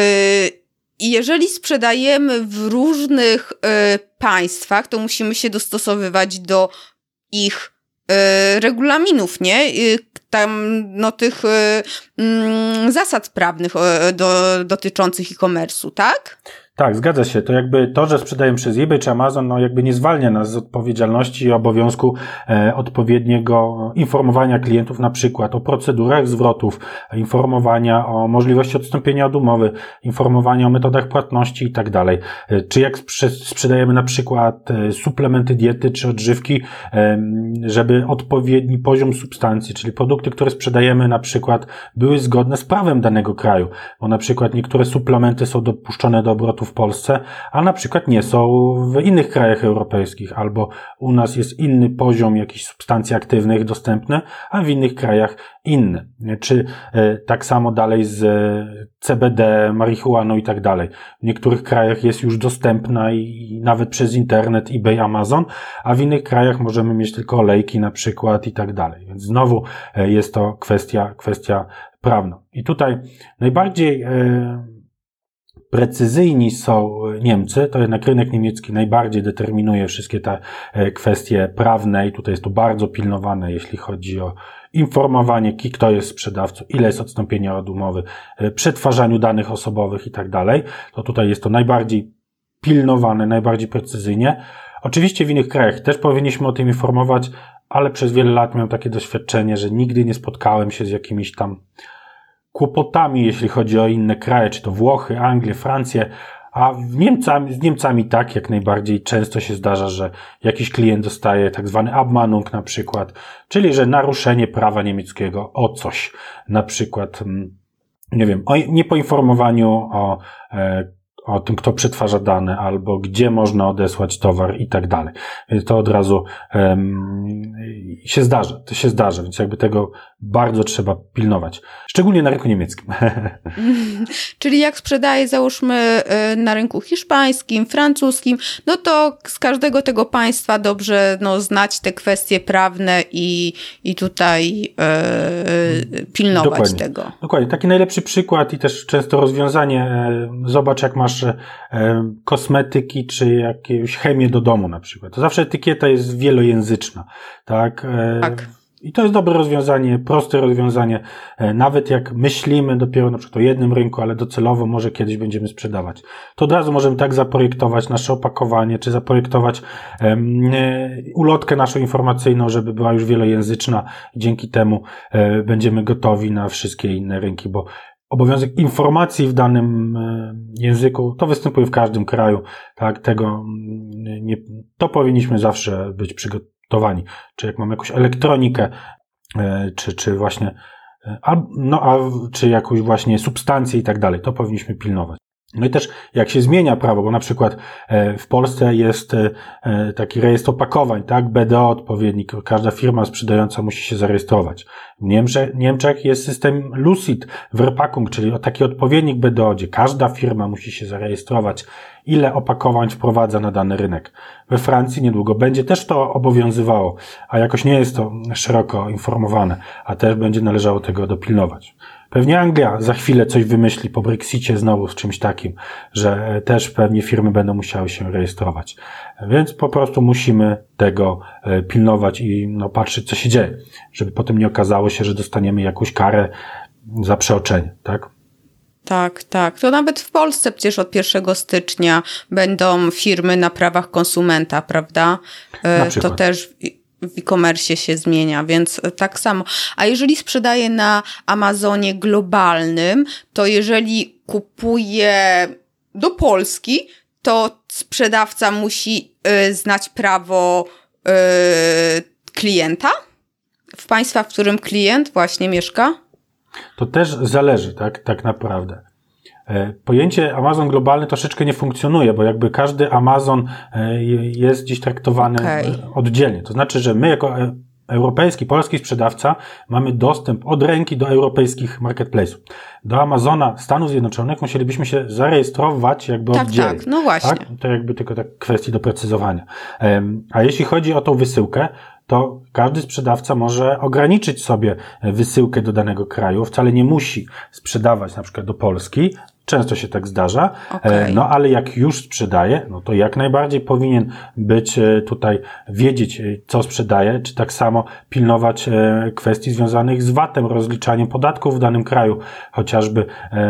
jeżeli sprzedajemy w różnych e, państwach, to musimy się dostosowywać do ich e, regulaminów, nie? E, tam, no, tych e, m, zasad prawnych e, do, dotyczących e-commerce'u, tak? Tak, zgadza się. To jakby to, że sprzedajemy przez eBay czy Amazon, no jakby nie zwalnia nas z odpowiedzialności i obowiązku e, odpowiedniego informowania klientów, na przykład o procedurach zwrotów, informowania o możliwości odstąpienia od umowy, informowania o metodach płatności i tak dalej. E, czy jak sprze- sprzedajemy na przykład e, suplementy diety czy odżywki, e, żeby odpowiedni poziom substancji, czyli produkty, które sprzedajemy na przykład były zgodne z prawem danego kraju, bo na przykład niektóre suplementy są dopuszczone do obrotu w Polsce, a na przykład nie są w innych krajach europejskich, albo u nas jest inny poziom jakichś substancji aktywnych dostępny, a w innych krajach inny. Czy e, tak samo dalej z C B D, marihuaną i tak dalej. W niektórych krajach jest już dostępna i, i nawet przez internet, eBay, Amazon, a w innych krajach możemy mieć tylko olejki na przykład i tak dalej. Więc znowu e, jest to kwestia, kwestia prawna. I tutaj najbardziej e, precyzyjni są Niemcy, to jednak rynek niemiecki najbardziej determinuje wszystkie te kwestie prawne i tutaj jest to bardzo pilnowane, jeśli chodzi o informowanie, kto jest sprzedawcą, ile jest odstąpienia od umowy, przetwarzaniu danych osobowych i tak dalej. To tutaj jest to najbardziej pilnowane, najbardziej precyzyjnie. Oczywiście w innych krajach też powinniśmy o tym informować, ale przez wiele lat miałem takie doświadczenie, że nigdy nie spotkałem się z jakimiś tam kłopotami, jeśli chodzi o inne kraje, czy to Włochy, Anglię, Francję, a w Niemcami, z Niemcami tak, jak najbardziej często się zdarza, że jakiś klient dostaje tak zwany Abmahnung na przykład, czyli że naruszenie prawa niemieckiego o coś, na przykład, nie wiem, o niepoinformowaniu o e, o tym, kto przetwarza dane, albo gdzie można odesłać towar i tak dalej. Więc to od razu um, się zdarza, to się zdarza, więc jakby tego bardzo trzeba pilnować. Szczególnie na rynku niemieckim. Czyli jak sprzedaję, załóżmy, na rynku hiszpańskim, francuskim, no to z każdego tego państwa dobrze no, znać te kwestie prawne i, i tutaj e, pilnować Dokładnie. tego. Dokładnie. Taki najlepszy przykład i też często rozwiązanie. Zobacz, jak masz kosmetyki czy jakąś chemię do domu na przykład. To zawsze etykieta jest wielojęzyczna, tak? Tak. I to jest dobre rozwiązanie, proste rozwiązanie. Nawet jak myślimy dopiero na przykład o jednym rynku, ale docelowo może kiedyś będziemy sprzedawać, to od razu możemy tak zaprojektować nasze opakowanie, czy zaprojektować um, ulotkę naszą informacyjną, żeby była już wielojęzyczna i dzięki temu um, będziemy gotowi na wszystkie inne rynki, bo obowiązek informacji w danym języku, to występuje w każdym kraju, tak, tego nie, to powinniśmy zawsze być przygotowani. Czy jak mamy jakąś elektronikę, czy, czy właśnie, a, no, a, czy jakąś właśnie substancję i tak dalej, to powinniśmy pilnować. No i też jak się zmienia prawo, bo na przykład w Polsce jest taki rejestr opakowań, tak, B D O odpowiednik, każda firma sprzedająca musi się zarejestrować. W Niemczech, Niemczech jest system Lucid, Verpackung, czyli taki odpowiednik B D O, gdzie każda firma musi się zarejestrować, ile opakowań wprowadza na dany rynek. We Francji niedługo będzie też to obowiązywało, a jakoś nie jest to szeroko informowane, a też będzie należało tego dopilnować. Pewnie Anglia za chwilę coś wymyśli po Brexicie znowu z czymś takim, że też pewnie firmy będą musiały się rejestrować. Więc po prostu musimy tego pilnować i no, patrzeć, co się dzieje, żeby potem nie okazało się, że dostaniemy jakąś karę za przeoczenie, tak? Tak, tak. To nawet w Polsce przecież od pierwszego stycznia będą firmy na prawach konsumenta, prawda? Na przykład. To też w e-commerce się zmienia, więc tak samo. A jeżeli sprzedaję na Amazonie globalnym, to jeżeli kupuję do Polski, to sprzedawca musi y, znać prawo y, klienta w państwa, w którym klient właśnie mieszka? To też zależy, tak, tak naprawdę. Pojęcie Amazon globalny troszeczkę nie funkcjonuje, bo jakby każdy Amazon jest gdzieś traktowany okay. oddzielnie. To znaczy, że my jako europejski, polski sprzedawca mamy dostęp od ręki do europejskich marketplace'ów. Do Amazona Stanów Zjednoczonych musielibyśmy się zarejestrować jakby tak, oddzielnie. Tak, no właśnie. Tak? To jakby tylko tak kwestii doprecyzowania. A jeśli chodzi o tą wysyłkę, to każdy sprzedawca może ograniczyć sobie wysyłkę do danego kraju. Wcale nie musi sprzedawać na przykład do Polski. Często się tak zdarza, okay. no ale jak już sprzedaje, no to jak najbardziej powinien być tutaj, wiedzieć co sprzedaje, czy tak samo pilnować kwestii związanych z V A T-em, rozliczaniem podatków w danym kraju, chociażby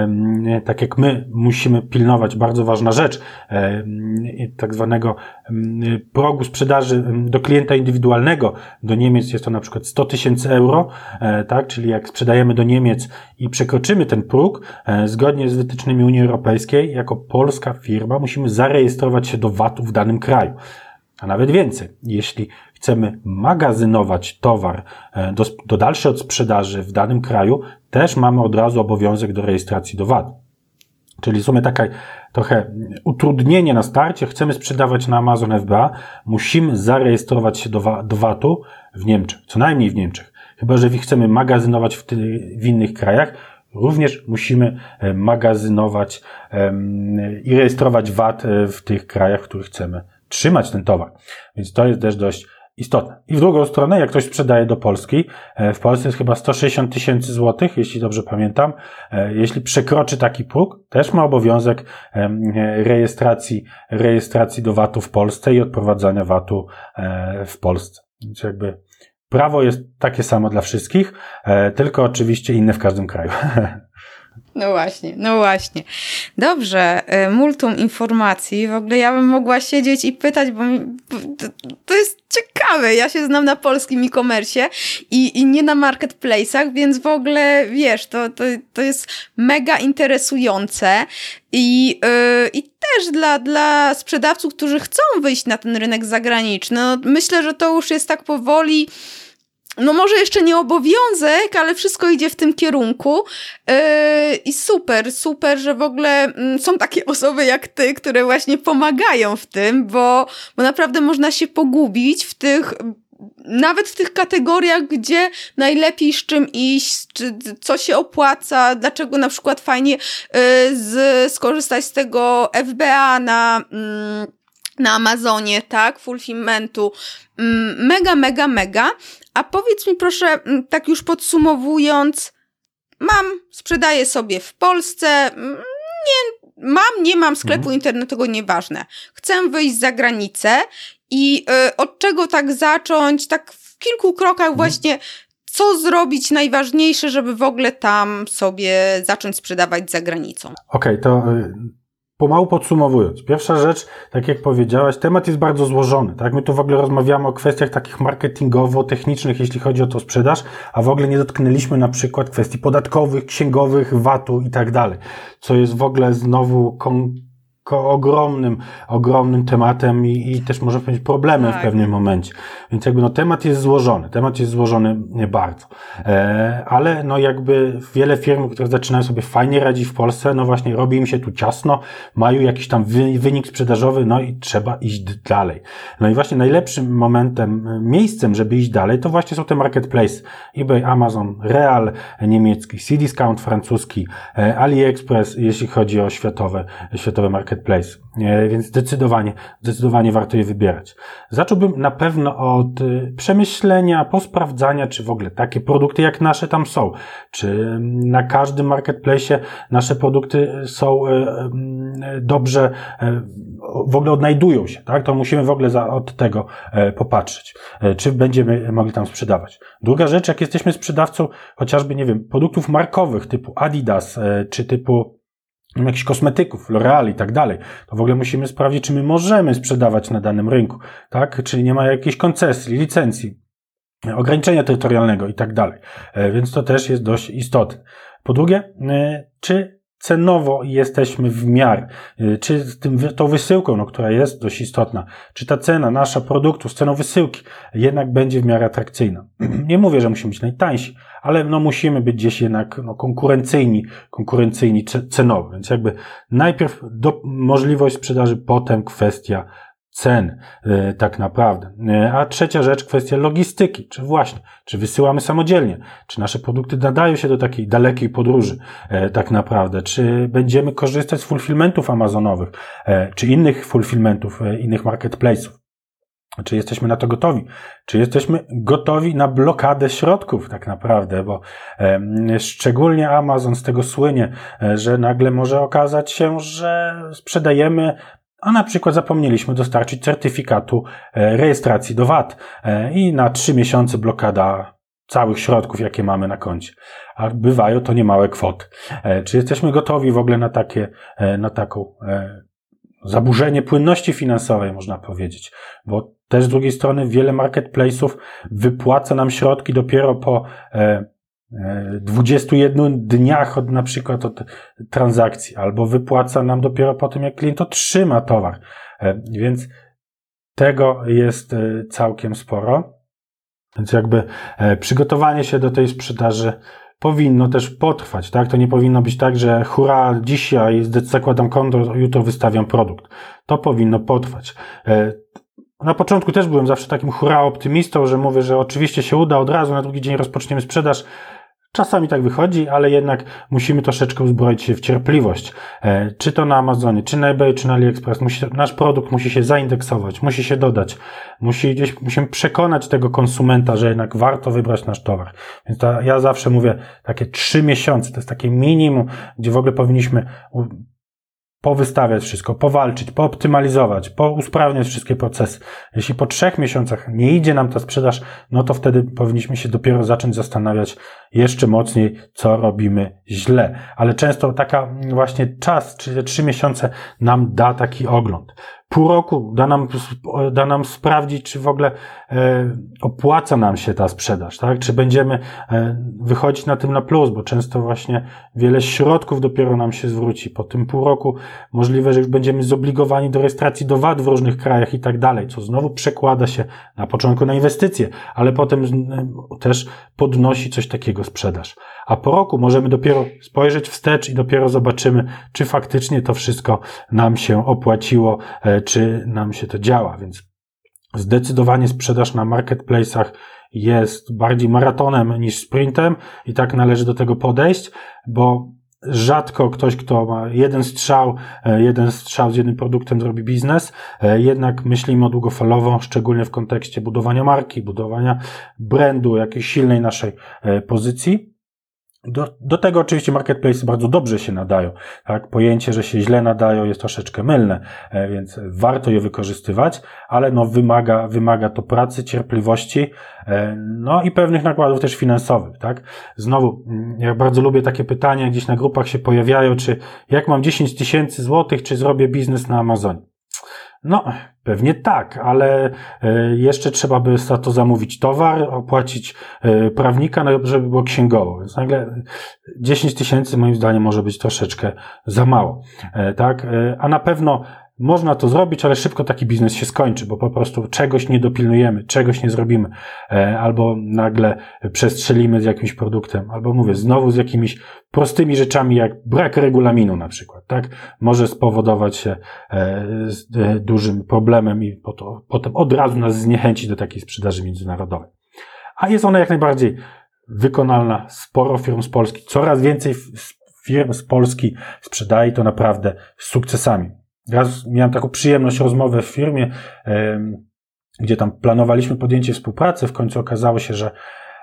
tak jak my musimy pilnować, bardzo ważna rzecz, tak zwanego progu sprzedaży do klienta indywidualnego. Do Niemiec jest to na przykład sto tysięcy euro, tak, czyli jak sprzedajemy do Niemiec i przekroczymy ten próg, zgodnie z wytycznymi Unii Europejskiej, jako polska firma musimy zarejestrować się do V A T-u w danym kraju. A nawet więcej, jeśli chcemy magazynować towar do, do dalszej odsprzedaży w danym kraju, też mamy od razu obowiązek do rejestracji do V A T. Czyli w sumie takie trochę utrudnienie na starcie, chcemy sprzedawać na Amazon F B A, musimy zarejestrować się do, do V A T-u w Niemczech, co najmniej w Niemczech. Chyba że chcemy magazynować w, ty, w innych krajach, również musimy magazynować um, i rejestrować V A T w tych krajach, w których chcemy trzymać ten towar. Więc to jest też dość istotne. I w drugą stronę, jak ktoś sprzedaje do Polski, w Polsce jest chyba sto sześćdziesiąt tysięcy złotych, jeśli dobrze pamiętam. Jeśli przekroczy taki próg, też ma obowiązek rejestracji, rejestracji do V A T-u w Polsce i odprowadzania V A T-u w Polsce. Więc jakby prawo jest takie samo dla wszystkich, tylko oczywiście inne w każdym kraju. No właśnie, no właśnie. Dobrze, multum informacji. W ogóle ja bym mogła siedzieć i pytać, bo to jest ciekawe. Ja się znam na polskim e-commerce i, i nie na marketplace'ach, więc w ogóle, wiesz, to, to, to jest mega interesujące i, yy, i też dla, dla sprzedawców, którzy chcą wyjść na ten rynek zagraniczny. No, myślę, że to już jest tak powoli... No może jeszcze nie obowiązek, ale wszystko idzie w tym kierunku yy, i super, super, że w ogóle yy, są takie osoby jak ty, które właśnie pomagają w tym, bo, bo naprawdę można się pogubić w tych, nawet w tych kategoriach, gdzie najlepiej z czym iść, czy co się opłaca, dlaczego na przykład fajnie yy, z, skorzystać z tego F B A na... Yy, na Amazonie, tak, fulfillmentu, mega, mega, mega. A powiedz mi proszę, tak już podsumowując, mam, sprzedaję sobie w Polsce, nie, mam, nie mam sklepu mhm. internetowego, nieważne. Chcę wyjść za granicę i y, od czego tak zacząć, tak w kilku krokach mhm. właśnie, co zrobić najważniejsze, żeby w ogóle tam sobie zacząć sprzedawać za granicą. Okej, okay, to... Pomału podsumowując, pierwsza rzecz, tak jak powiedziałaś, temat jest bardzo złożony, tak? My tu w ogóle rozmawiamy o kwestiach takich marketingowo-technicznych, jeśli chodzi o tą sprzedaż, a w ogóle nie dotknęliśmy na przykład kwestii podatkowych, księgowych, V A T-u i tak dalej, co jest w ogóle znowu kon- ogromnym, ogromnym tematem i, i też można powiedzieć problemem tak. w pewnym momencie. Więc jakby no temat jest złożony, temat jest złożony bardzo. E, ale no jakby wiele firm, które zaczynają sobie fajnie radzić w Polsce, no właśnie robi im się tu ciasno, mają jakiś tam wy, wynik sprzedażowy, no i trzeba iść dalej. No i właśnie najlepszym momentem, miejscem, żeby iść dalej, to właśnie są te marketplace. eBay, Amazon, Real niemiecki, Cdiscount francuski, e, AliExpress, jeśli chodzi o światowe, światowe marketplace. Place. Więc zdecydowanie, zdecydowanie warto je wybierać. Zacząłbym na pewno od przemyślenia, posprawdzania, czy w ogóle takie produkty jak nasze tam są. Czy na każdym marketplace nasze produkty są dobrze, w ogóle odnajdują się, tak? To musimy w ogóle od tego popatrzeć. Czy będziemy mogli tam sprzedawać. Druga rzecz, jak jesteśmy sprzedawcą chociażby, nie wiem, produktów markowych typu Adidas, czy typu jakichś kosmetyków, L'Oreal i tak dalej, to w ogóle musimy sprawdzić, czy my możemy sprzedawać na danym rynku, tak? Czyli nie ma jakiejś koncesji, licencji, ograniczenia terytorialnego i tak dalej. Więc to też jest dość istotne. Po drugie, czy cenowo jesteśmy w miarę. Czy z tym, tą wysyłką, no, która jest dość istotna, czy ta cena nasza produktu z ceną wysyłki jednak będzie w miarę atrakcyjna. Nie mówię, że musimy być najtańsi, ale no musimy być gdzieś jednak no, konkurencyjni, konkurencyjni cenowo. Więc jakby najpierw do, możliwość sprzedaży, potem kwestia cen, yy, tak naprawdę. Yy, a trzecia rzecz, kwestia logistyki, czy właśnie, czy wysyłamy samodzielnie, czy nasze produkty nadają się do takiej dalekiej podróży, yy, tak naprawdę, czy będziemy korzystać z fulfillmentów amazonowych, yy, czy innych fulfillmentów, yy, innych marketplace'ów. Czy jesteśmy na to gotowi? Czy jesteśmy gotowi na blokadę środków tak naprawdę? Bo e, szczególnie Amazon z tego słynie, e, że nagle może okazać się, że sprzedajemy, a na przykład zapomnieliśmy dostarczyć certyfikatu e, rejestracji do V A T e, i na trzy miesiące blokada całych środków, jakie mamy na koncie. A bywają to niemałe kwoty. E, czy jesteśmy gotowi w ogóle na takie, e, na taką e, zaburzenie płynności finansowej, można powiedzieć, bo też z drugiej strony wiele marketplace'ów wypłaca nam środki dopiero po e, e, dwudziestu jednego dniach od na przykład od transakcji, albo wypłaca nam dopiero po tym, jak klient otrzyma towar. E, więc tego jest e, całkiem sporo. Więc jakby e, przygotowanie się do tej sprzedaży powinno też potrwać, tak? To nie powinno być tak, że hurra, dzisiaj zakładam konto, jutro wystawiam produkt. To powinno potrwać. Na początku też byłem zawsze takim hurra optymistą, że mówię, że oczywiście się uda, od razu na drugi dzień rozpoczniemy sprzedaż. Czasami tak wychodzi, ale jednak musimy troszeczkę uzbroić się w cierpliwość. E, czy to na Amazonie, czy na eBay, czy na AliExpress. Musi, nasz produkt musi się zaindeksować, musi się dodać. Musi gdzieś, musimy przekonać tego konsumenta, że jednak warto wybrać nasz towar. Więc to, ja zawsze mówię, takie trzy miesiące, to jest takie minimum, gdzie w ogóle powinniśmy powystawiać wszystko, powalczyć, pooptymalizować, pousprawniać wszystkie procesy. Jeśli po trzech miesiącach nie idzie nam ta sprzedaż, no to wtedy powinniśmy się dopiero zacząć zastanawiać jeszcze mocniej, co robimy źle. Ale często taka właśnie czas, czyli te trzy miesiące nam da taki ogląd. Pół roku da nam, da nam sprawdzić, czy w ogóle e, opłaca nam się ta sprzedaż, tak? Czy będziemy e, wychodzić na tym na plus, bo często właśnie wiele środków dopiero nam się zwróci. Po tym pół roku możliwe, że już będziemy zobligowani do rejestracji do V A T w różnych krajach i tak dalej, co znowu przekłada się na początku na inwestycje, ale potem e, też podnosi coś takiego sprzedaż. A po roku możemy dopiero spojrzeć wstecz i dopiero zobaczymy, czy faktycznie to wszystko nam się opłaciło, e, czy nam się to działa, więc zdecydowanie sprzedaż na marketplace'ach jest bardziej maratonem niż sprintem i tak należy do tego podejść, bo rzadko ktoś, kto ma jeden strzał, jeden strzał z jednym produktem zrobi biznes, jednak myślimy o długofalowo, szczególnie w kontekście budowania marki, budowania brandu, jakiejś silnej naszej pozycji. Do, do tego oczywiście marketplace bardzo dobrze się nadają, tak? Pojęcie, że się źle nadają jest troszeczkę mylne, więc warto je wykorzystywać, ale no wymaga, wymaga to pracy, cierpliwości, no i pewnych nakładów też finansowych, tak? Znowu, ja bardzo lubię takie pytania, gdzieś na grupach się pojawiają, czy jak mam dziesięć tysięcy złotych, czy zrobię biznes na Amazonie? No, pewnie tak, ale jeszcze trzeba by za to zamówić towar, opłacić prawnika, no, żeby było księgowo. Więc nagle dziesięć tysięcy moim zdaniem może być troszeczkę za mało, tak? A na pewno można to zrobić, ale szybko taki biznes się skończy, bo po prostu czegoś nie dopilnujemy, czegoś nie zrobimy, albo nagle przestrzelimy z jakimś produktem, albo mówię, znowu z jakimiś prostymi rzeczami, jak brak regulaminu na przykład, tak? Może spowodować się z dużym problemem i potem od razu nas zniechęci do takiej sprzedaży międzynarodowej. A jest ona jak najbardziej wykonalna, sporo firm z Polski, coraz więcej firm z Polski sprzedaje to naprawdę z sukcesami. Raz miałem taką przyjemność rozmowę w firmie, gdzie tam planowaliśmy podjęcie współpracy. W końcu okazało się, że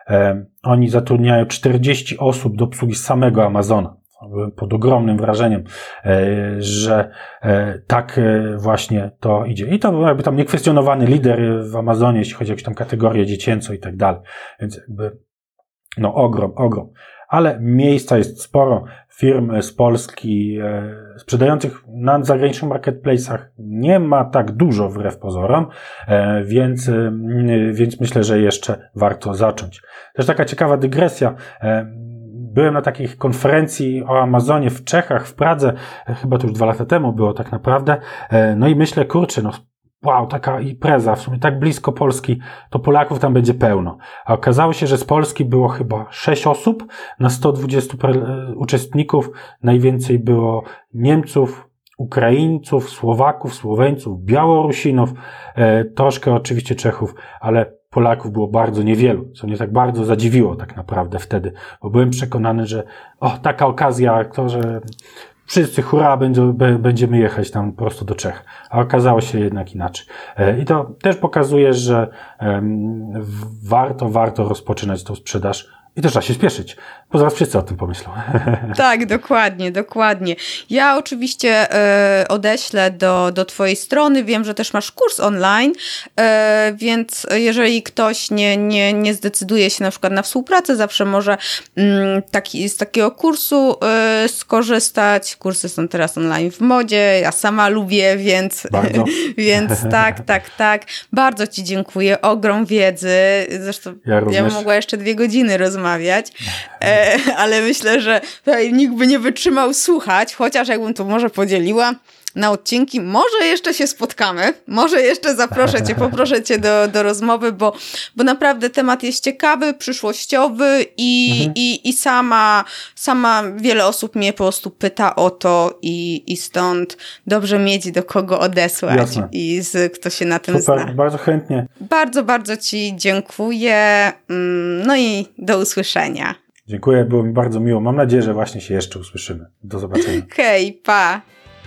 oni zatrudniają czterdzieści osób do obsługi samego Amazona. Byłem pod ogromnym wrażeniem, że tak właśnie to idzie. I to był jakby tam niekwestionowany lider w Amazonie, jeśli chodzi o jakąś tam kategorię dziecięcą i tak dalej. Więc jakby no ogrom, ogrom. Ale miejsca jest sporo. Firm z Polski e, sprzedających na zagranicznych marketplace'ach nie ma tak dużo wbrew pozorom, e, więc, e, więc myślę, że jeszcze warto zacząć. Też taka ciekawa dygresja. E, byłem na takich konferencji o Amazonie w Czechach, w Pradze, chyba to już dwa lata temu było tak naprawdę, no i myślę, kurczę, no wow, taka impreza, w sumie tak blisko Polski, to Polaków tam będzie pełno. A okazało się, że z Polski było chyba sześć osób na sto dwudziestu uczestników, najwięcej było Niemców, Ukraińców, Słowaków, Słoweńców, Białorusinów, e, troszkę oczywiście Czechów, ale Polaków było bardzo niewielu, co mnie tak bardzo zadziwiło tak naprawdę wtedy, bo byłem przekonany, że o, taka okazja, to, że wszyscy hurra, będzie, będziemy jechać tam po prostu do Czech, a okazało się jednak inaczej. E, I to też pokazuje, że um, warto, warto rozpoczynać tą sprzedaż. I też trzeba się spieszyć, bo zaraz wszyscy o tym pomyślą. Tak, dokładnie, dokładnie. Ja oczywiście y, odeślę do, do twojej strony, wiem, że też masz kurs online, y, więc jeżeli ktoś nie, nie, nie zdecyduje się na przykład na współpracę, zawsze może y, taki, z takiego kursu y, skorzystać. Kursy są teraz online w modzie, ja sama lubię, więc, Bardzo. więc tak, tak, tak. Bardzo ci dziękuję, ogrom wiedzy. Zresztą ja, ja bym mogła jeszcze dwie godziny rozmawiać. E, ale myślę, że tutaj nikt by nie wytrzymał słuchać, chociaż jakbym to może podzieliła na odcinki, może jeszcze się spotkamy, może jeszcze zaproszę cię, poproszę cię do, do rozmowy, bo, bo naprawdę temat jest ciekawy, przyszłościowy i, mhm. i, i sama, sama wiele osób mnie po prostu pyta o to i, i stąd dobrze mieć do kogo odesłać. Jasne. I z, kto się na tym Super, zna. Bardzo chętnie. Bardzo, bardzo ci dziękuję. No i do usłyszenia. Dziękuję, było mi bardzo miło. Mam nadzieję, że właśnie się jeszcze usłyszymy. Do zobaczenia. Hej, pa!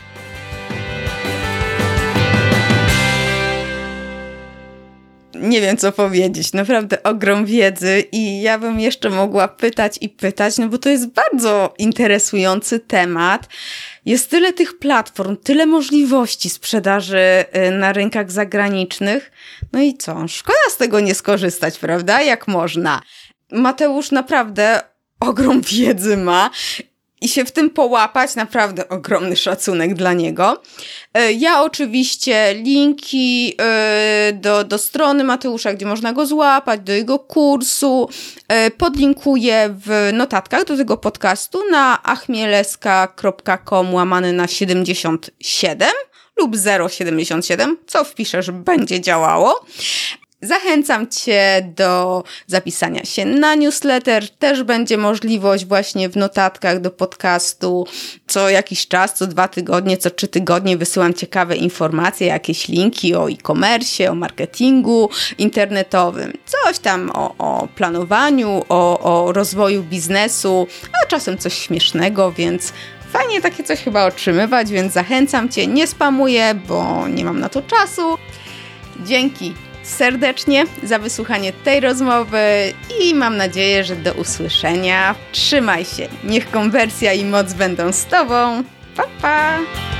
Nie wiem, co powiedzieć. Naprawdę ogrom wiedzy i ja bym jeszcze mogła pytać i pytać, no bo to jest bardzo interesujący temat. Jest tyle tych platform, tyle możliwości sprzedaży na rynkach zagranicznych. No i co? Szkoda z tego nie skorzystać, prawda? Jak można. Mateusz naprawdę ogrom wiedzy ma i się w tym połapać, naprawdę ogromny szacunek dla niego. Ja oczywiście linki do, do strony Mateusza, gdzie można go złapać, do jego kursu, podlinkuję w notatkach do tego podcastu na achmieleska kropka com łamane na siedemdziesiąt siedem lub zero siedemdziesiąt siedem, co wpiszesz, będzie działało. Zachęcam cię do zapisania się na newsletter. Też będzie możliwość właśnie w notatkach do podcastu co jakiś czas, co dwa tygodnie, co trzy tygodnie wysyłam ciekawe informacje, jakieś linki o e-commerce, o marketingu internetowym, coś tam o, o planowaniu, o, o rozwoju biznesu, a czasem coś śmiesznego, więc fajnie takie coś chyba otrzymywać, więc zachęcam cię, nie spamuję, bo nie mam na to czasu. Dzięki serdecznie za wysłuchanie tej rozmowy i mam nadzieję, że do usłyszenia. Trzymaj się, niech konwersja i moc będą z tobą. Pa, pa!